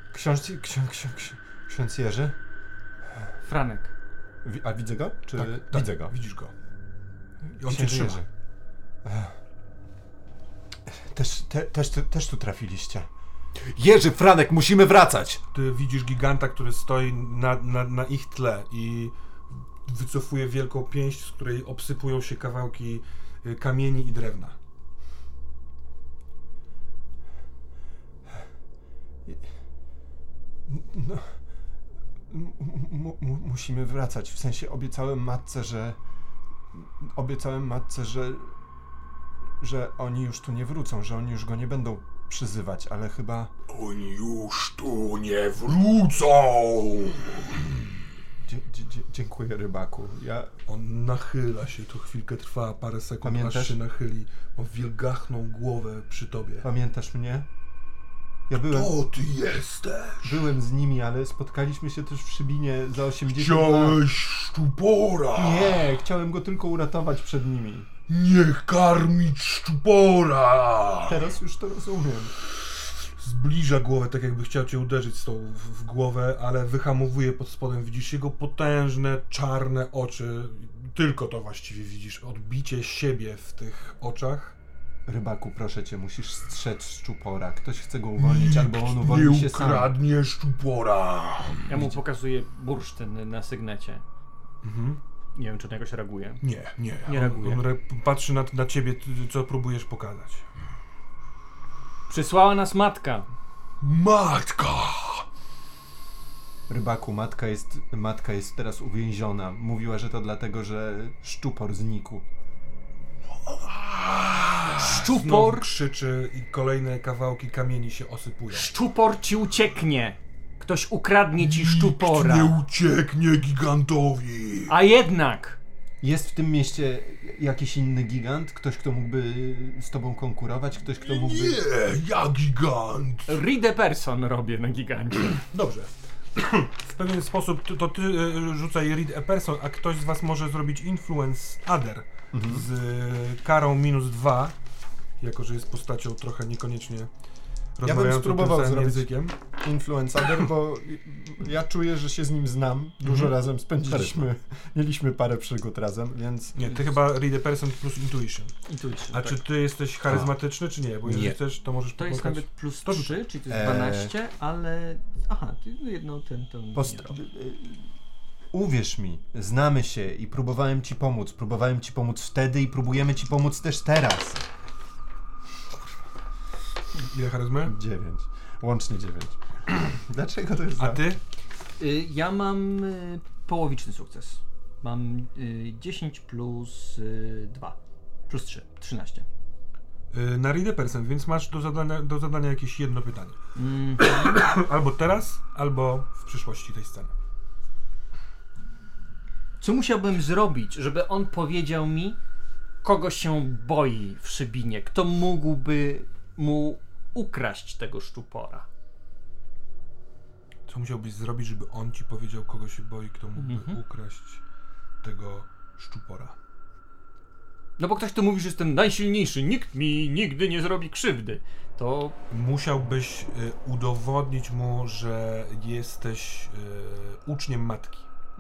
Ksiądz Jerzy? Franek. A widzę go? Czy... Tak, widzę go. Widzisz go. I on cię Księże trzyma. Jerzy. Też tu trafiliście. Jerzy, Franek, musimy wracać! Ty widzisz giganta, który stoi na ich tle i wycofuje wielką pięść, z której obsypują się kawałki kamieni i drewna. No, musimy wracać. W sensie obiecałem matce, że oni już tu nie wrócą, że oni już go nie będą przyzywać, ale chyba... Oni już tu nie wrócą! Dziękuję, rybaku. On nachyla się, to chwilkę trwa, parę sekund, Pamiętasz? aż się nachyli. Ma wielgachną głowę przy tobie. Pamiętasz mnie? Kto ty jesteś? Byłem z nimi, ale spotkaliśmy się też w Szybinie za 80 lat. Chciałeś Szczupora! Nie, chciałem go tylko uratować przed nimi. Niech karmić Szczupora! Teraz już to rozumiem. Zbliża głowę, tak jakby chciał cię uderzyć z tą w głowę, ale wyhamowuje pod spodem. Widzisz jego potężne, czarne oczy. Tylko to właściwie widzisz. Odbicie siebie w tych oczach. Rybaku, proszę cię, musisz strzec Szczupora. Ktoś chce go uwolnić, albo on uwolni się sam. Nie ukradnie Szczupora! Ja mu pokazuję bursztyn na sygnecie. Nie wiem, czy on jakoś reaguje. Nie. Nie reaguje. On patrzy na ciebie, co próbujesz pokazać. Przysłała nas matka. Matka! Rybaku, matka jest teraz uwięziona. Mówiła, że to dlatego, że Szczupor znikł. Szczupor! Znowu krzyczy i kolejne kawałki kamieni się osypują. Szczupor ci ucieknie. Ktoś ukradnie ci Szczupora. Nikt nie ucieknie gigantowi. A jednak! Jest w tym mieście jakiś inny gigant? Ktoś, kto mógłby z tobą konkurować? Ktoś, kto mógłby... Nie, ja gigant. Reed Person robię na gigancie. Dobrze. W pewien sposób to ty rzucaj Read a Person, a ktoś z was może zrobić Influence Other z karą -2, jako że jest postacią trochę niekoniecznie rozmawiającą spróbował tym samym zrobić. językiem. influencer, bo ja czuję, że się z nim znam. Dużo razem spędziliśmy, mieliśmy parę przygód razem, więc... Nie, ty chyba read a person plus intuition. Intuition, A tak. czy ty jesteś charyzmatyczny, czy nie? Bo jeżeli Nie. chcesz, to możesz To jest popłakać. nawet plus To 3, czyli to jest 12, ale... Aha, ty jedno ten nie robisz. Uwierz mi, znamy się i próbowałem ci pomóc. Próbowałem ci pomóc wtedy i próbujemy ci pomóc też teraz. Ile charyzmy? 9. Łącznie 9. Dlaczego to jest A ty? Ja mam połowiczny sukces. Mam 10 plus 2. Plus 3. 13. Na read a person, więc masz do zadania jakieś jedno pytanie. Albo teraz, albo w przyszłości tej sceny. Co musiałbym zrobić, żeby on powiedział mi, kogo się boi w Szybinie? Kto mógłby mu ukraść tego szczupora? Co musiałbyś zrobić, żeby on ci powiedział, kogo się boi, kto mógłby ukraść tego szczupora? No bo ktoś tu mówi, że jestem najsilniejszy, nikt mi nigdy nie zrobi krzywdy. To... Musiałbyś udowodnić mu, że jesteś uczniem matki.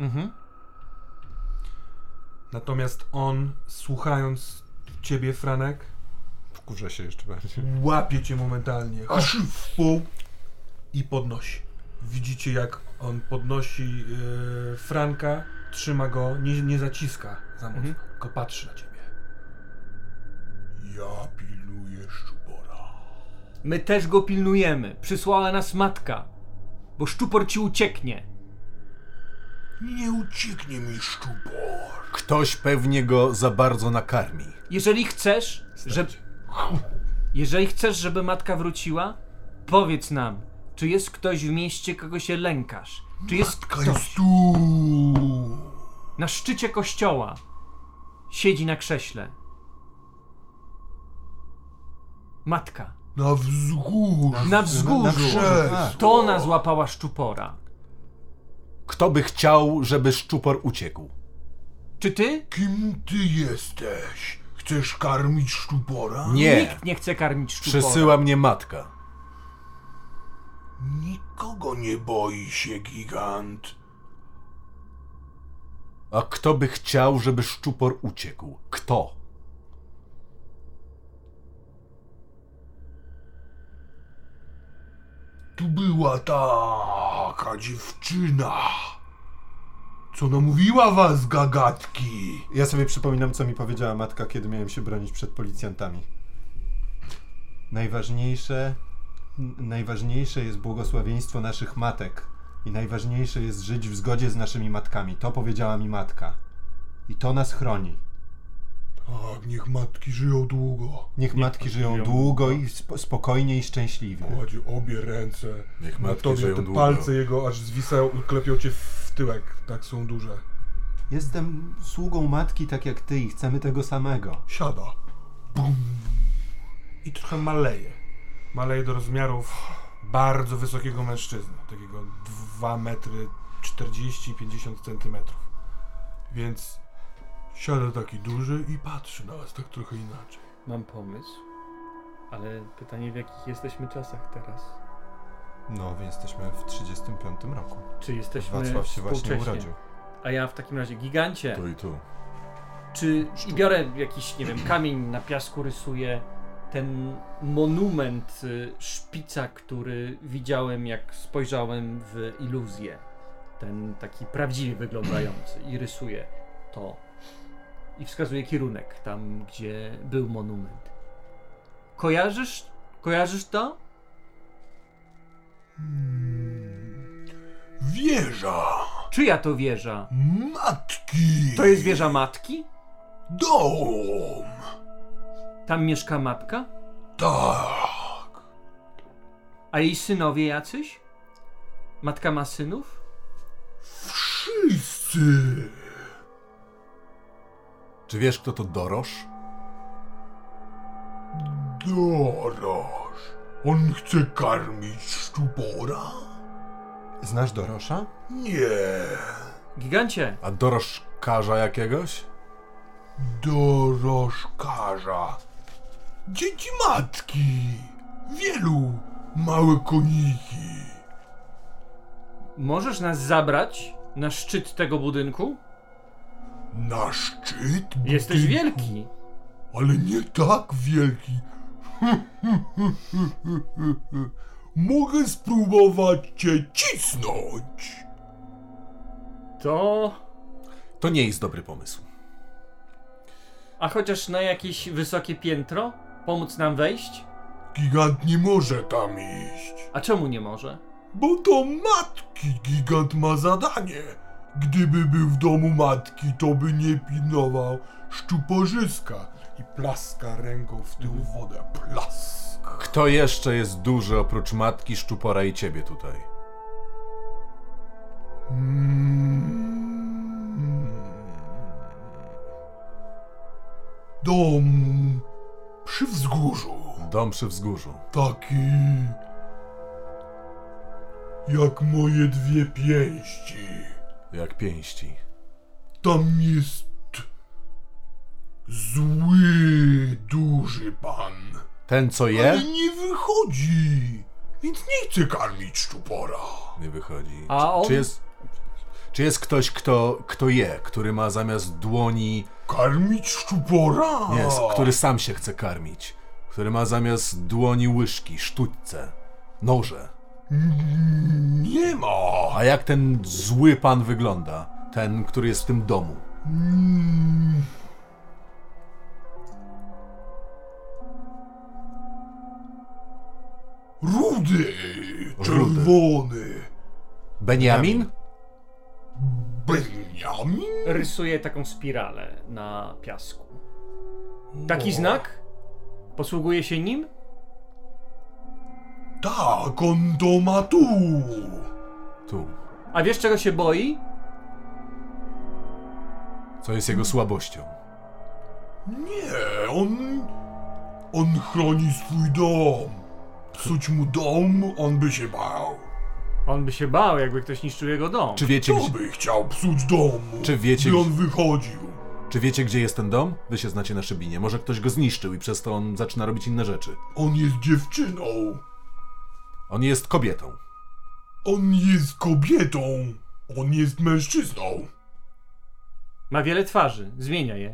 Natomiast on, słuchając ciebie, Franek, Wkurza się jeszcze bardziej. łapie cię momentalnie w pół i podnosi. Widzicie, jak on podnosi Franka, trzyma go, nie zaciska za mocno, tylko patrzy na ciebie. Ja pilnuję szczupora. My też go pilnujemy. Przysłała nas matka. Bo szczupor ci ucieknie. Nie ucieknie mi szczupor. Ktoś pewnie go za bardzo nakarmi. Jeżeli chcesz, żeby matka wróciła, powiedz nam, czy jest ktoś w mieście, kogo się lękasz? Czy jest Matka ktoś jest tu. na szczycie kościoła? Siedzi na krześle. Matka. Na wzgórzu. Na wzgórzu. krzesło. To ona złapała szczupora. Kto by chciał, żeby szczupor uciekł? Czy ty? Kim ty jesteś? Chcesz karmić szczupora? Nie. Nikt nie chce karmić szczupora. Przesyła mnie matka. Nikogo nie boi się gigant. A kto by chciał, żeby szczupor uciekł? Kto? Tu była taka dziewczyna, co namówiła was, gagatki. Ja sobie przypominam, co mi powiedziała matka, kiedy miałem się bronić przed policjantami. Najważniejsze jest błogosławieństwo naszych matek i najważniejsze jest żyć w zgodzie z naszymi matkami. To powiedziała mi matka. I to nas chroni. Tak, niech matki żyją długo. Niech matki żyją długo i spokojnie i szczęśliwie. Kładzie obie ręce Niech na matki tobie, żyją te długo. palce jego aż zwisają, klepią cię w tyłek. Tak są duże. Jestem sługą matki tak jak ty i chcemy tego samego. Siada. Bum. I trochę maleje. Maleje do rozmiarów bardzo wysokiego mężczyzny. Takiego 2 metry 40-50 centymetrów. Więc siada taki duży i patrzy na was tak trochę inaczej. Mam pomysł, ale pytanie, w jakich jesteśmy czasach teraz? No, jesteśmy w 35 roku. Czy jesteśmy Wacław się właśnie współcześnie? urodził. A ja w takim razie, gigancie, Tu i tu. i biorę jakiś, nie wiem, kamień na piasku, rysuję ten monument szpica, który widziałem, jak spojrzałem w iluzję. Ten taki prawdziwie wyglądający i rysuję to. I wskazuję kierunek tam, gdzie był monument. Kojarzysz to? Wieża! Czyja to wieża? Matki! To jest wieża matki? Dom! Tam mieszka matka? Tak! A jej synowie jacyś? Matka ma synów? Wszyscy! Czy wiesz, kto to Dorosz? Dorosz! On chce karmić szczupora? Znasz Dorosza? Nie! Gigancie! A Dorosz karza jakiegoś? Dorożkarza! Dzieci matki! Wielu! Małe koniki! możesz nas zabrać na szczyt tego budynku? Na szczyt? Jesteś budynku? wielki. Ale nie tak wielki. Mogę spróbować cię cisnąć. To nie jest dobry pomysł. A chociaż na jakieś wysokie piętro? Pomóc nam wejść? Gigant nie może tam iść. A czemu nie może? Bo to matki gigant ma zadanie. Gdyby był w domu matki, to by nie pilnował szczuporzyska. I plaska ręką w tył wodę. Plask. Kto jeszcze jest duży oprócz matki, szczupora i ciebie tutaj? Dom przy wzgórzu. Dom przy wzgórzu. Taki jak moje dwie pięści. Jak pięści. Tam jest zły, duży pan. Ten, co Ale je? nie wychodzi, więc nie chcę karmić szczupora. Nie wychodzi. A on? Czy jest ktoś, kto je, który ma zamiast dłoni... Karmić szczupora? Nie, który sam się chce karmić. Który ma zamiast dłoni łyżki, sztućce, noże. Nie ma. A jak ten zły pan wygląda? Ten, który jest w tym domu. Rudy, czerwony. Benjamin? Benjamin? Rysuje taką spiralę na piasku. Taki znak? Posługuje się nim? Tak, on to ma tu. Tu. A wiesz czego się boi? Co jest jego słabością? Nie, on chroni swój dom. Psuć mu dom, on by się bał. On by się bał, jakby ktoś niszczył jego dom. Czy wiecie, Kto by chciał psuć domu? Czy wiecie, by on wychodził? czy wiecie, gdzie jest ten dom? Wy się znacie na Szybinie. Może ktoś go zniszczył i przez to on zaczyna robić inne rzeczy. On jest dziewczyną. On jest kobietą. On jest kobietą. On jest mężczyzną. Ma wiele twarzy, zmienia je.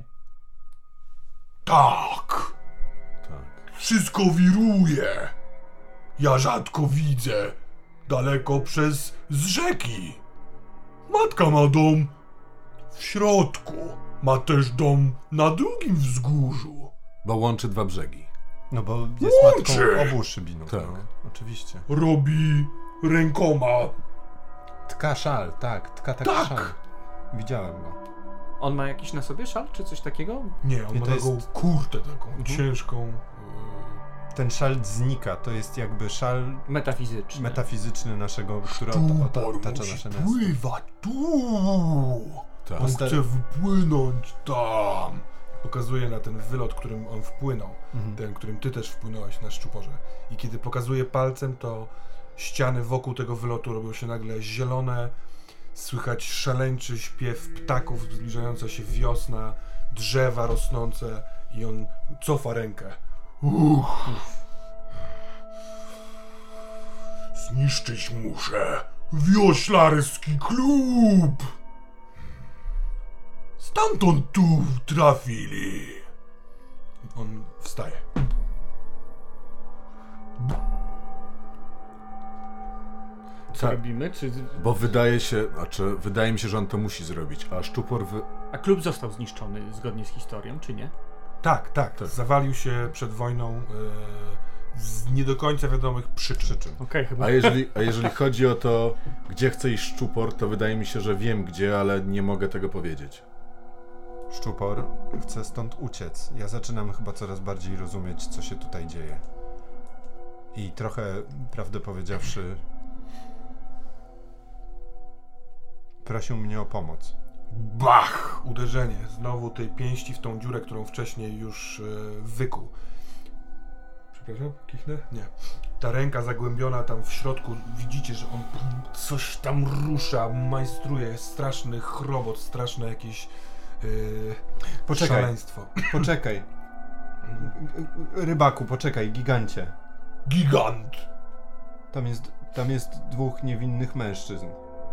Tak. Tak. Wszystko wiruje. Ja rzadko widzę. Daleko z rzeki. Matka ma dom w środku. Ma też dom na drugim wzgórzu. Bo łączy dwa brzegi. No bo jest matką Łączy! obu Szybinów. Tak. No, oczywiście. Robi rękoma. Tka szal, tak. Tka taki Tak. szal. Widziałem go. On ma jakiś na sobie szal, czy coś takiego? Nie, on Nie, ma to taką jest- kurtę taką ciężką. Ten szal znika, to jest jakby szal Metafizyczny. metafizyczny naszego, który Szczupor otacza musi nasze miasto. pływać tu. Tak. On Osta- chce wypłynąć tam. Pokazuje na ten wylot, którym on wpłynął. Ten, którym ty też wpłynąłeś na szczuporze. I kiedy pokazuje palcem, to ściany wokół tego wylotu robią się nagle zielone. Słychać szaleńczy śpiew ptaków, zbliżająca się wiosna, drzewa rosnące i on cofa rękę. Zniszczyć muszę wioślarski klub. Stamtąd tu trafili. On wstaje. Co robimy? Czy... Bo wydaje mi się, że on to musi zrobić, a szczupor A klub został zniszczony zgodnie z historią, czy nie? Tak. Zawalił się przed wojną z nie do końca wiadomych przyczyn. Okej, chyba. A jeżeli chodzi o to, gdzie chce iść szczupor, to wydaje mi się, że wiem gdzie, ale nie mogę tego powiedzieć. Szczupor chce stąd uciec. Ja zaczynam chyba coraz bardziej rozumieć, co się tutaj dzieje. I trochę, prawdę powiedziawszy, prosił mnie o pomoc. Bach! Uderzenie. Znowu tej pięści w tą dziurę, którą wcześniej już wykuł. Przepraszam? Kichnę? Nie. Ta ręka zagłębiona tam w środku, widzicie, że on coś tam rusza, majstruje. Jest straszny chrobot, straszne jakieś Poczekaj. szaleństwo. Poczekaj. Rybaku, poczekaj, gigancie. Gigant. Tam jest dwóch niewinnych mężczyzn.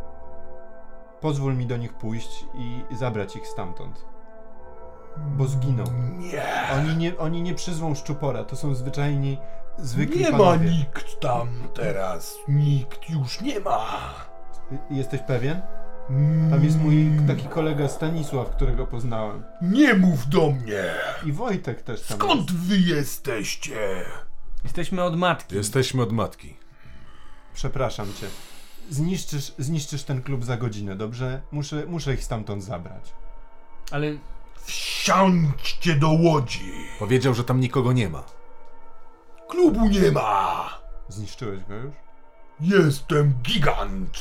pozwól mi do nich pójść i zabrać ich stamtąd. Bo zginą. Nie. Oni nie przyzwą szczupora, to są zwyczajni, zwykli Nie ma panowie. nikt tam teraz. Nikt już nie ma. Jesteś pewien? Tam jest mój taki kolega Stanisław, którego poznałem. Nie mów do mnie. I Wojtek też tam Skąd wy jesteście? Jesteśmy od matki. Jesteśmy od matki. Przepraszam cię. Zniszczysz ten klub za godzinę, dobrze? Muszę ich stamtąd zabrać. Ale Wsiądźcie do łodzi. Powiedział, że tam nikogo nie ma. Klubu nie ma. Zniszczyłeś go już? Jestem gigant.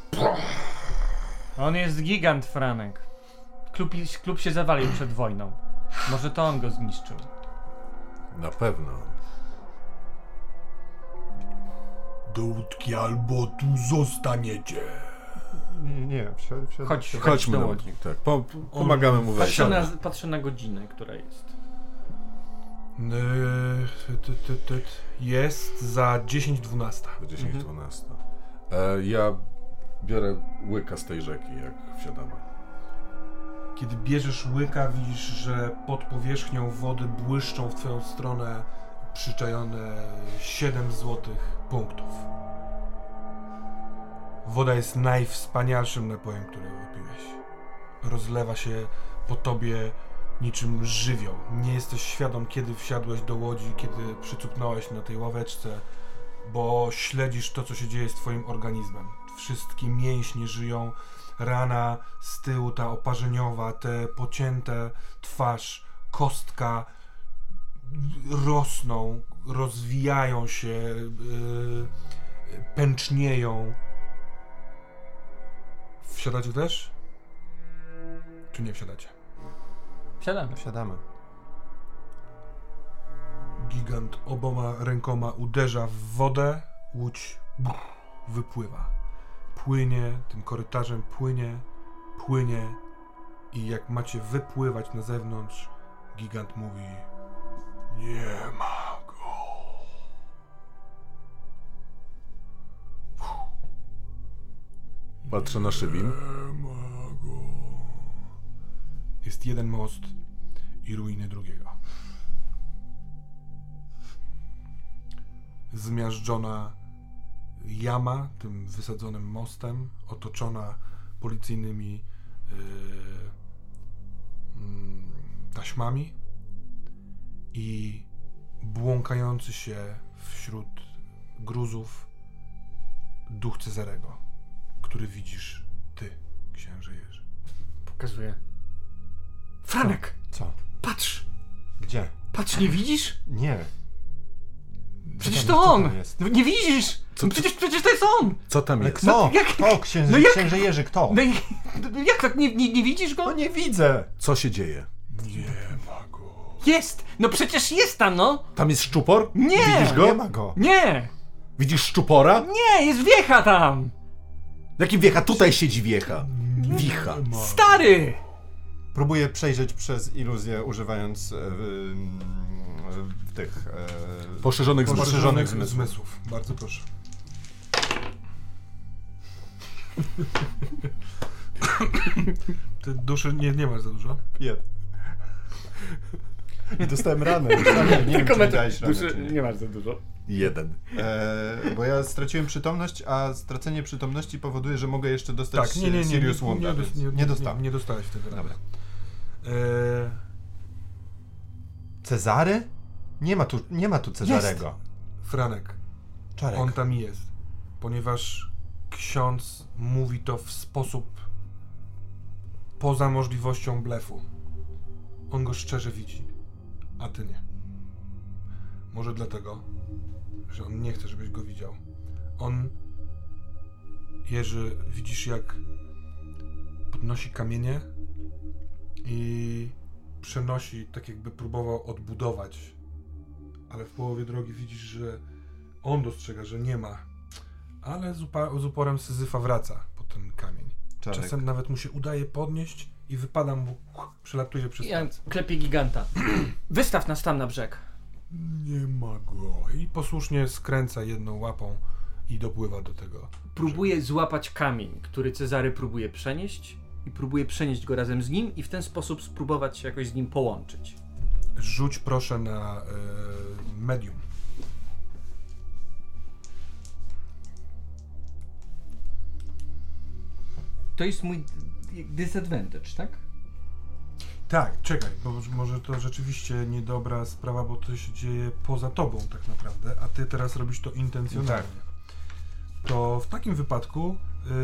on jest gigant, Franek. Klub się zawalił przed wojną. Może to on go zniszczył. Na pewno. Do łódki albo tu zostaniecie. Nie, Chodź Chodźmy do do łodzi. łodzi. Tak, pomagamy mu wejść. Patrzę na godzinę, która jest. Jest za 10:12. 10-12. Ja biorę łyka z tej rzeki, jak wsiadamy. Kiedy bierzesz łyka, widzisz, że pod powierzchnią wody błyszczą w twoją stronę przyczajone 7 złotych punktów. Woda jest najwspanialszym napojem, który wypiłeś. Rozlewa się po tobie niczym żywioł. Nie jesteś świadom, kiedy wsiadłeś do łodzi, kiedy przycupnąłeś na tej ławeczce, bo śledzisz to, co się dzieje z twoim organizmem. Wszystkie mięśnie żyją, rana z tyłu, ta oparzeniowa, te pocięte twarz, kostka rosną, rozwijają się, pęcznieją. Wsiadacie też? Czy nie wsiadacie? Wsiadamy. Gigant oboma rękoma uderza w wodę, łódź wypływa. Płynie, tym korytarzem płynie i jak macie wypływać na zewnątrz, gigant mówi: nie ma go. Patrzę na Szybin. Nie ma go. Jest jeden most i ruiny drugiego. Zmiażdżona jama tym wysadzonym mostem, otoczona policyjnymi taśmami i błąkający się wśród gruzów duch Cezarego, który widzisz ty, księże Jerzy. Pokazuję. Franek! Co? Patrz! Gdzie? Patrz, nie widzisz? Nie. Przecież Co to tam on! jest? No, nie widzisz! Co- No, przecież to jest on! Co tam Ale jest? kto? No, jak- Kto? Księże, no jak- księże Jerzy, kto? No i jak tak, nie widzisz go? No nie widzę. Co się dzieje? Nie ma go. Jest! No przecież jest tam, no! Tam jest szczupor? Nie! Widzisz go? Nie ma go. Nie! Widzisz szczupora? Nie! Jest wiecha tam! Jaki wiecha? Tutaj siedzi wiecha. Wicha. Stary! Próbuję przejrzeć przez iluzję, używając tych... Poszerzonych zmysłów. Poszerzonych zmysłów. Bardzo proszę. Ty duszy nie masz za dużo? Jed. I dostałem ranę. Nie wiem, czy widziałeś ranę, czy nie. masz za dużo. 1. Bo ja straciłem przytomność, a stracenie przytomności powoduje, że mogę jeszcze dostać Tak, nie. Serious Wounda, więc nie dostałem. Nie dostałeś wtedy. Dobra. Cezary? Cezary? Nie ma tu Cezarego. Franek. Czarek. On tam jest. Ponieważ ksiądz mówi to w sposób poza możliwością blefu. On go szczerze widzi, a ty nie. Może dlatego, że on nie chce, żebyś go widział. On, Jerzy, widzisz, jak podnosi kamienie i przenosi, tak jakby próbował odbudować, ale w połowie drogi widzisz, że on dostrzega, że nie ma, ale z uporem Syzyfa wraca po ten kamień. Czarek. Czasem nawet mu się udaje podnieść i wypada mu, przelatuje przez Ja palce. klepię giganta. Wystaw nas tam na brzeg. Nie ma go. I posłusznie skręca jedną łapą i dopływa do tego. Próbuje złapać kamień, który Cezary próbuje przenieść i próbuje przenieść go razem z nim i w ten sposób spróbować się jakoś z nim połączyć. Rzuć proszę na medium. To jest mój disadvantage, tak? Tak, czekaj, bo może to rzeczywiście niedobra sprawa, bo to się dzieje poza tobą tak naprawdę, a ty teraz robisz to intencjonalnie. To w takim wypadku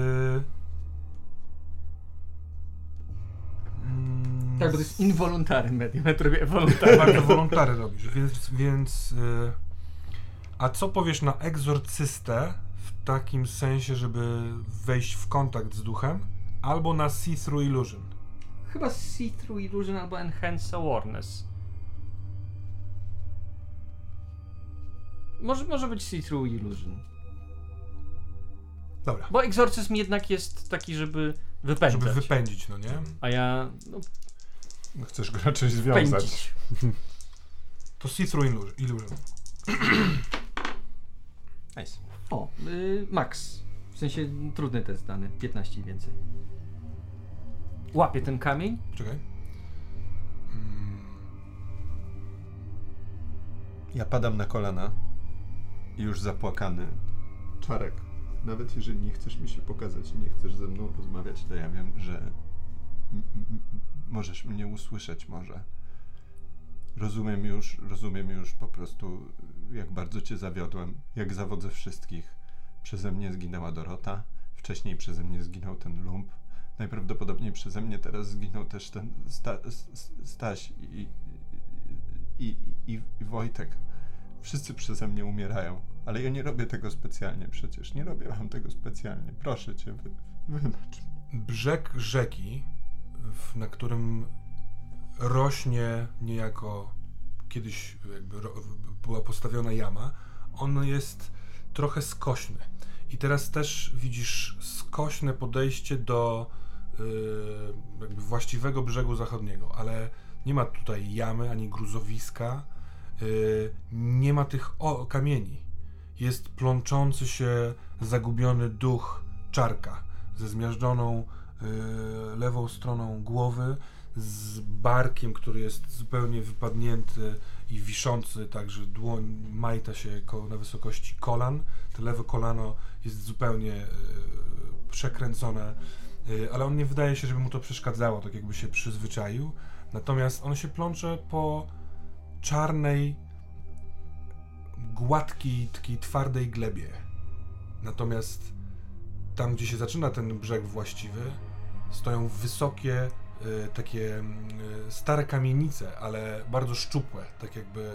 Tak, bo to jest involuntary medium, ja to robię voluntary. bardzo wolontary robisz, więc a co powiesz na egzorcystę w takim sensie, żeby wejść w kontakt z duchem, albo na see-through illusion? Chyba see-through illusion albo enhance awareness. Może być see-through illusion. Dobra. Bo egzorcyzm jednak jest taki, żeby wypędzać. Żeby wypędzić, no nie? A ja... No chcesz go raczej związać. Pędzić. To see-through illusion. Nice. O, max. W sensie trudny test dany. 15 i więcej. Łapię ten kamień. Czekaj. Ja padam na kolana i już zapłakany. Czarek, nawet jeżeli nie chcesz mi się pokazać i nie chcesz ze mną rozmawiać, to ja wiem, że możesz mnie usłyszeć może. Rozumiem już po prostu, jak bardzo cię zawiodłem, jak zawodzę wszystkich. Przeze mnie zginęła Dorota, wcześniej przeze mnie zginął ten lump. Najprawdopodobniej przeze mnie teraz zginął też ten Staś i Wojtek. Wszyscy przeze mnie umierają, ale ja nie robię tego specjalnie przecież. Nie robię wam tego specjalnie. Proszę cię, wybacz. Brzeg rzeki, na którym rośnie niejako kiedyś jakby była postawiona jama, on jest trochę skośny. I teraz też widzisz skośne podejście do jakby właściwego brzegu zachodniego, ale nie ma tutaj jamy ani gruzowiska, nie ma tych kamieni. Jest plączący się, zagubiony duch Czarka ze zmiażdżoną lewą stroną głowy, z barkiem, który jest zupełnie wypadnięty i wiszący, tak że dłoń majta się na wysokości kolan. To lewe kolano jest zupełnie przekręcone, ale on nie wydaje się, żeby mu to przeszkadzało, tak jakby się przyzwyczaił. Natomiast on się plącze po czarnej, gładkiej, takiej twardej glebie. Natomiast tam, gdzie się zaczyna ten brzeg właściwy, stoją wysokie, takie stare kamienice, ale bardzo szczupłe, tak jakby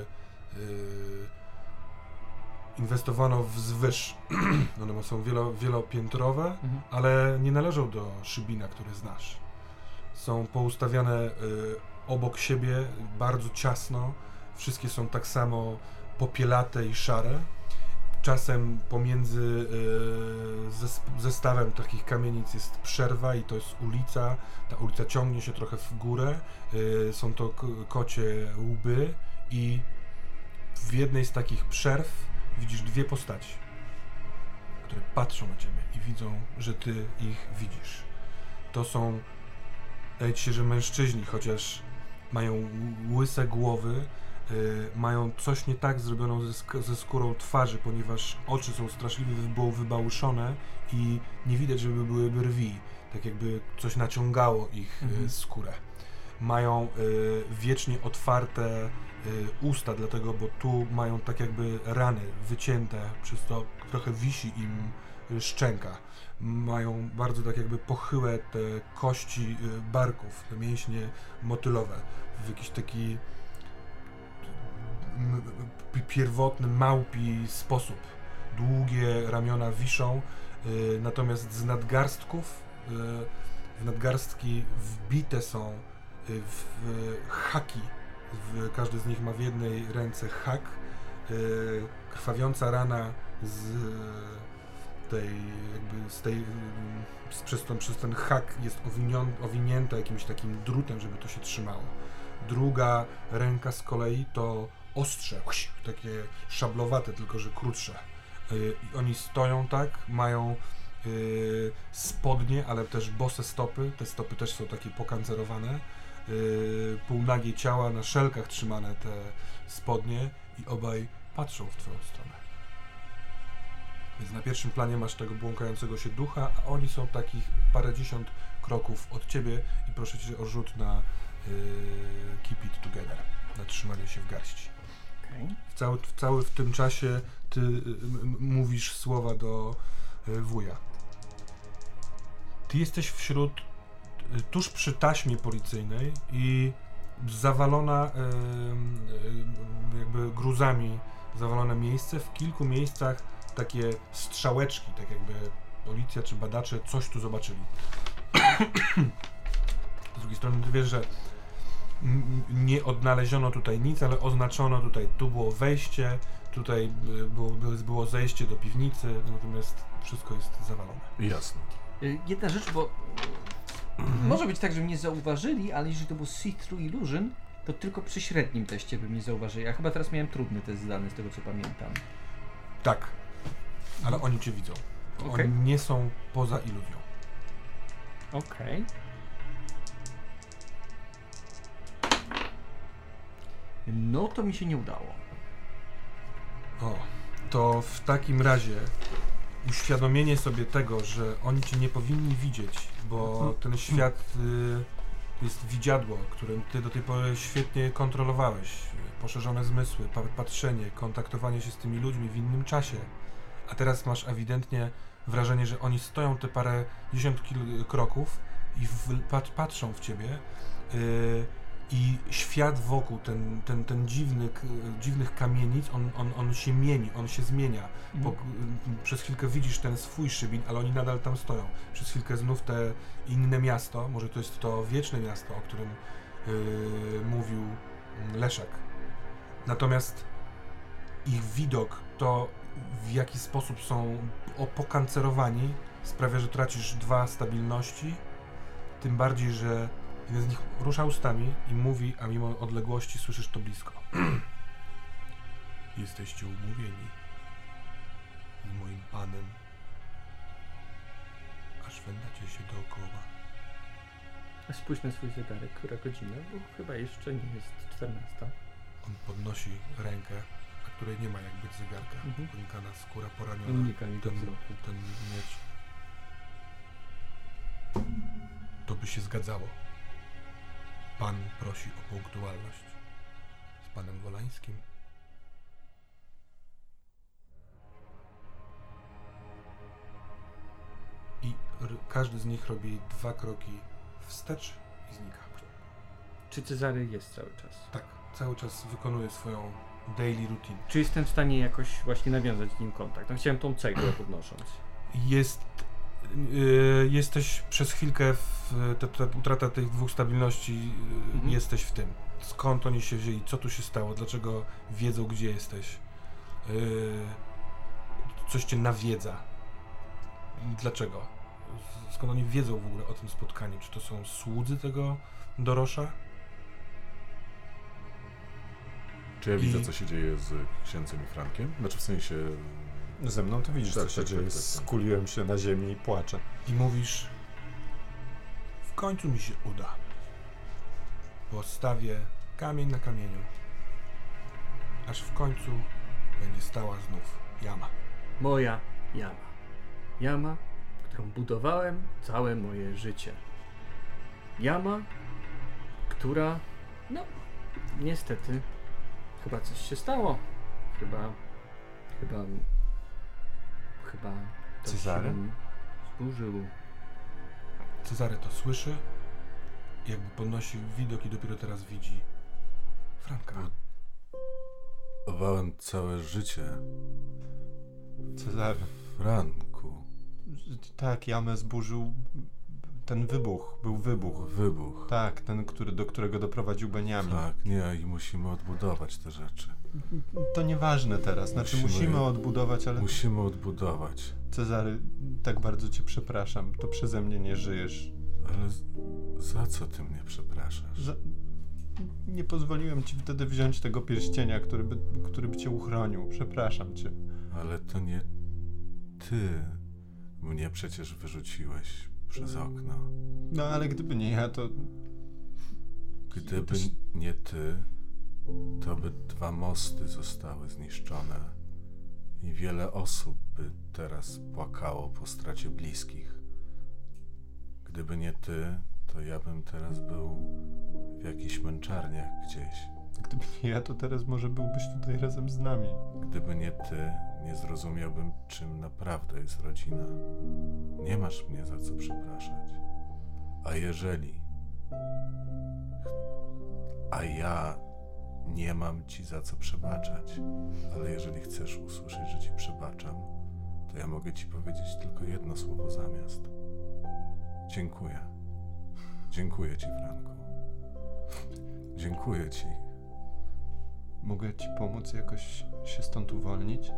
inwestowano wzwyż. One są wielopiętrowe, ale nie należą do Szybina, który znasz. Są poustawiane obok siebie, bardzo ciasno. Wszystkie są tak samo popielate i szare. Czasem pomiędzy zestawem takich kamienic jest przerwa i to jest ulica. Ta ulica ciągnie się trochę w górę. Są to kocie łby i w jednej z takich przerw widzisz dwie postaci, które patrzą na ciebie i widzą, że ty ich widzisz. To są, wydaje ci się, że mężczyźni, chociaż mają łyse głowy, mają coś nie tak zrobioną ze skórą twarzy, ponieważ oczy są straszliwie wybałuszone i nie widać, żeby były brwi, tak jakby coś naciągało ich skórę. Mają wiecznie otwarte usta, dlatego, bo tu mają tak jakby rany wycięte, przez to trochę wisi im szczęka. Mają bardzo tak jakby pochyłe te kości barków, te mięśnie motylowe, w jakiś taki pierwotny, małpi sposób. Długie ramiona wiszą, natomiast z nadgarstków, w nadgarstki wbite są w haki. Każdy z nich ma w jednej ręce hak. Krwawiąca rana przez ten hak jest owinięta jakimś takim drutem, żeby to się trzymało. Druga ręka z kolei to ostrze, takie szablowate, tylko że krótsze. I oni stoją tak, mają spodnie, ale też bose stopy. Te stopy też są takie pokancerowane. Półnagie ciała, na szelkach trzymane te spodnie i obaj patrzą w twoją stronę. Więc na pierwszym planie masz tego błąkającego się ducha, a oni są takich parędziesiąt kroków od ciebie i proszę cię o rzut na keep it together, na trzymanie się w garści. Okay. W tym czasie ty mówisz słowa do wuja. Ty jesteś tuż przy taśmie policyjnej i zawalona jakby gruzami zawalone miejsce. W kilku miejscach takie strzałeczki, tak jakby policja czy badacze coś tu zobaczyli. Z drugiej strony ty wiesz, że nie odnaleziono tutaj nic, ale oznaczono tutaj, tu było wejście, tutaj było zejście do piwnicy, natomiast wszystko jest zawalone. Jasne. Jedna rzecz, bo może być tak, że mnie zauważyli, ale jeżeli to był see-through illusion, to tylko przy średnim teście by mnie zauważyli. Ja chyba teraz miałem trudny test zdany, z tego co pamiętam. Tak, ale oni cię widzą. Okay. Oni nie są poza iluzją. Okej. No to mi się nie udało. O, to w takim razie uświadomienie sobie tego, że oni cię nie powinni widzieć, bo ten świat jest widziadło, którym ty do tej pory świetnie kontrolowałeś. Poszerzone zmysły, patrzenie, kontaktowanie się z tymi ludźmi w innym czasie. A teraz masz ewidentnie wrażenie, że oni stoją te parędziesiąt kroków i patrzą w ciebie. I świat wokół, ten dziwnych kamienic, on się mieni, on się zmienia. Przez chwilkę widzisz ten swój Szybin, ale oni nadal tam stoją. Przez chwilkę znów te inne miasto, może to jest to wieczne miasto, o którym mówił Leszek. Natomiast ich widok, to w jaki sposób są pokancerowani, sprawia, że tracisz 2 stabilności, tym bardziej, że jeden z nich rusza ustami i mówi, a mimo odległości słyszysz to blisko. Jesteście umówieni z moim panem, aż wędacie się dookoła. Spójrz na swój zegarek, która godzina, bo chyba jeszcze nie jest 14. On podnosi rękę, na której nie ma jak być zegarka. Unikana skóra poraniona. Unika mi to ten miecz. To by się zgadzało. Pan prosi o punktualność. Z panem Wolańskim. I każdy z nich robi 2 kroki wstecz i znika. Czy Cezary jest cały czas? Tak, cały czas wykonuje swoją daily routine. Czy jestem w stanie jakoś właśnie nawiązać z nim kontakt? No, chciałem tą cegłę podnosząc. Jesteś przez chwilkę, ta utrata tych 2 stabilności, jesteś w tym. Skąd oni się wzięli? Co tu się stało? Dlaczego wiedzą, gdzie jesteś? Coś cię nawiedza. Dlaczego? Skąd oni wiedzą w ogóle o tym spotkaniu? Czy to są słudzy tego Dorosza? Czy ja widzę, co się dzieje z księcem i Frankiem? Znaczy w sensie... Ze mną to widzisz, Tak, co się tak, dzieje. tak, tak. Skuliłem się na ziemi i płaczę. I mówisz, w końcu mi się uda. Postawię kamień na kamieniu, aż w końcu będzie stała znów jama. Moja jama. Jama, którą budowałem całe moje życie. Jama, która, no, niestety, chyba coś się stało. Chyba to Cezary? się zburzył. Cezary to słyszy, jakby podnosi widok i dopiero teraz widzi Franka. Budowałem całe życie. Cezary. Franku. Tak, jamę zburzył ten wybuch. Był wybuch. Wybuch. Tak, ten, do którego doprowadził Beniamin. Tak, nie, i musimy odbudować te rzeczy. To nieważne teraz, znaczy musimy odbudować, ale... Musimy odbudować. Cezary, tak bardzo cię przepraszam, to przeze mnie nie żyjesz. Ale za co ty mnie przepraszasz? Nie pozwoliłem ci wtedy wziąć tego pierścienia, który by cię uchronił. Przepraszam cię. Ale to nie ty mnie przecież wyrzuciłeś przez okno. No ale gdyby nie ja, to... Gdyby nie ty, to by 2 mosty zostały zniszczone i wiele osób by teraz płakało po stracie bliskich. Gdyby nie ty, to ja bym teraz był w jakichś męczarniach gdzieś. Gdyby nie ja, to teraz może byłbyś tutaj razem z nami. Gdyby nie ty, nie zrozumiałbym, czym naprawdę jest rodzina. Nie masz mnie za co przepraszać. A ja nie mam ci za co przebaczać. Ale jeżeli chcesz usłyszeć, że ci przebaczam, to ja mogę ci powiedzieć tylko jedno słowo zamiast. Dziękuję. Dziękuję ci, Franku. Dziękuję ci. Mogę ci pomóc jakoś się stąd uwolnić?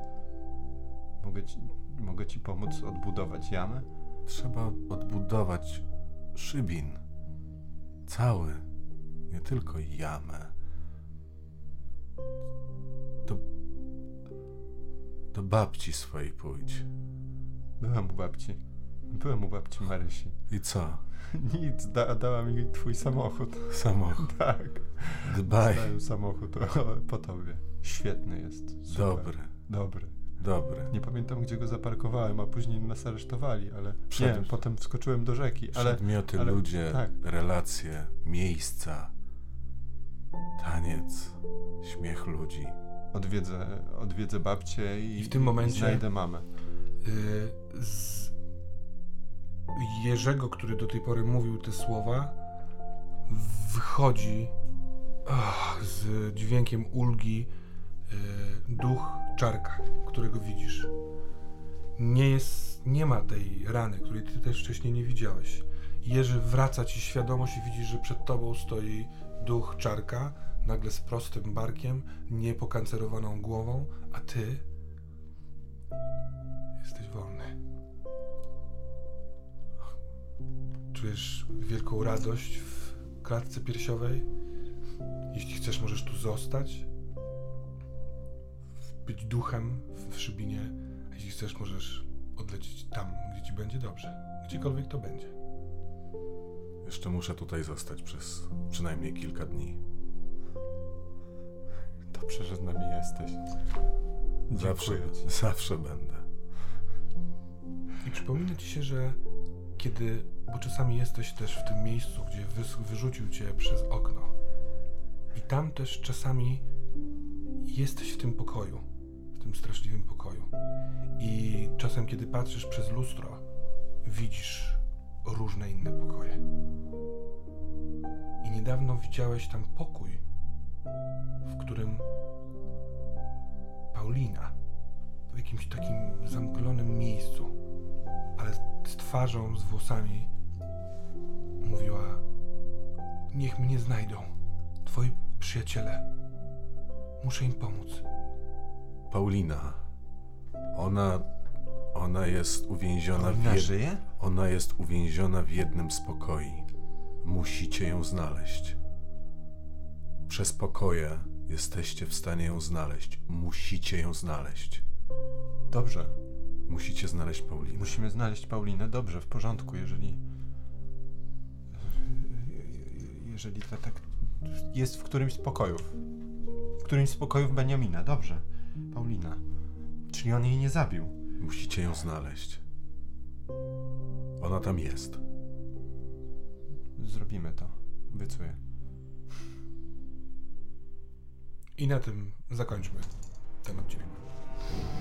Mogę ci pomóc odbudować jamę? Trzeba odbudować Szybin. Cały. Nie tylko jamę. Do babci swojej pójdź. Byłem u babci Marysi. I co? Nic, dała mi twój samochód. Samochód. Tak. Dbaj. Dostałem samochód po tobie. Świetny jest. Super. Dobry. Nie pamiętam, gdzie go zaparkowałem, a później nas aresztowali, ale potem wskoczyłem do rzeki. Przedmioty, ludzie, tak. Relacje, miejsca, taniec, śmiech ludzi. Odwiedzę babcię i w tym momencie znajdę mamę. Z Jerzego, który do tej pory mówił te słowa, wychodzi z dźwiękiem ulgi duch Czarka, którego widzisz. Nie ma tej rany, której ty też wcześniej nie widziałeś. Jerzy wraca ci świadomość i widzisz, że przed tobą stoi duch Czarka, nagle z prostym barkiem, niepokancerowaną głową, a ty jesteś wolny. Czujesz wielką radość w klatce piersiowej. Jeśli chcesz, możesz tu zostać, być duchem w Szybinie, a jeśli chcesz, możesz odlecieć tam, gdzie ci będzie dobrze. Gdziekolwiek to będzie. Jeszcze muszę tutaj zostać przez przynajmniej kilka dni. Dobrze, że z nami jesteś. Zawsze będę. I przypomina ci się, że bo czasami jesteś też w tym miejscu, gdzie wyrzucił cię przez okno. I tam też czasami jesteś w tym pokoju, w tym straszliwym pokoju. I czasem, kiedy patrzysz przez lustro, widzisz różne inne pokoje. I niedawno widziałeś tam pokój, w którym Paulina w jakimś takim zamklonym miejscu, ale z twarzą, z włosami mówiła: niech mnie znajdą, twoi przyjaciele. Muszę im pomóc. Paulina. Ona jest uwięziona Paulina żyje? Ona jest uwięziona w jednym z pokoi. Musicie ją znaleźć. Przez pokoje jesteście w stanie ją znaleźć. Musicie ją znaleźć. Dobrze. Musicie znaleźć Paulinę. Musimy znaleźć Paulinę. Dobrze, w porządku, jeżeli to tak jest w którymś z pokojów. W którymś z pokojów Beniamina. Dobrze. Paulina. Czyli on jej nie zabił. Musicie ją znaleźć. Ona tam jest. Zrobimy to. Obiecuję. I na tym zakończmy ten odcinek.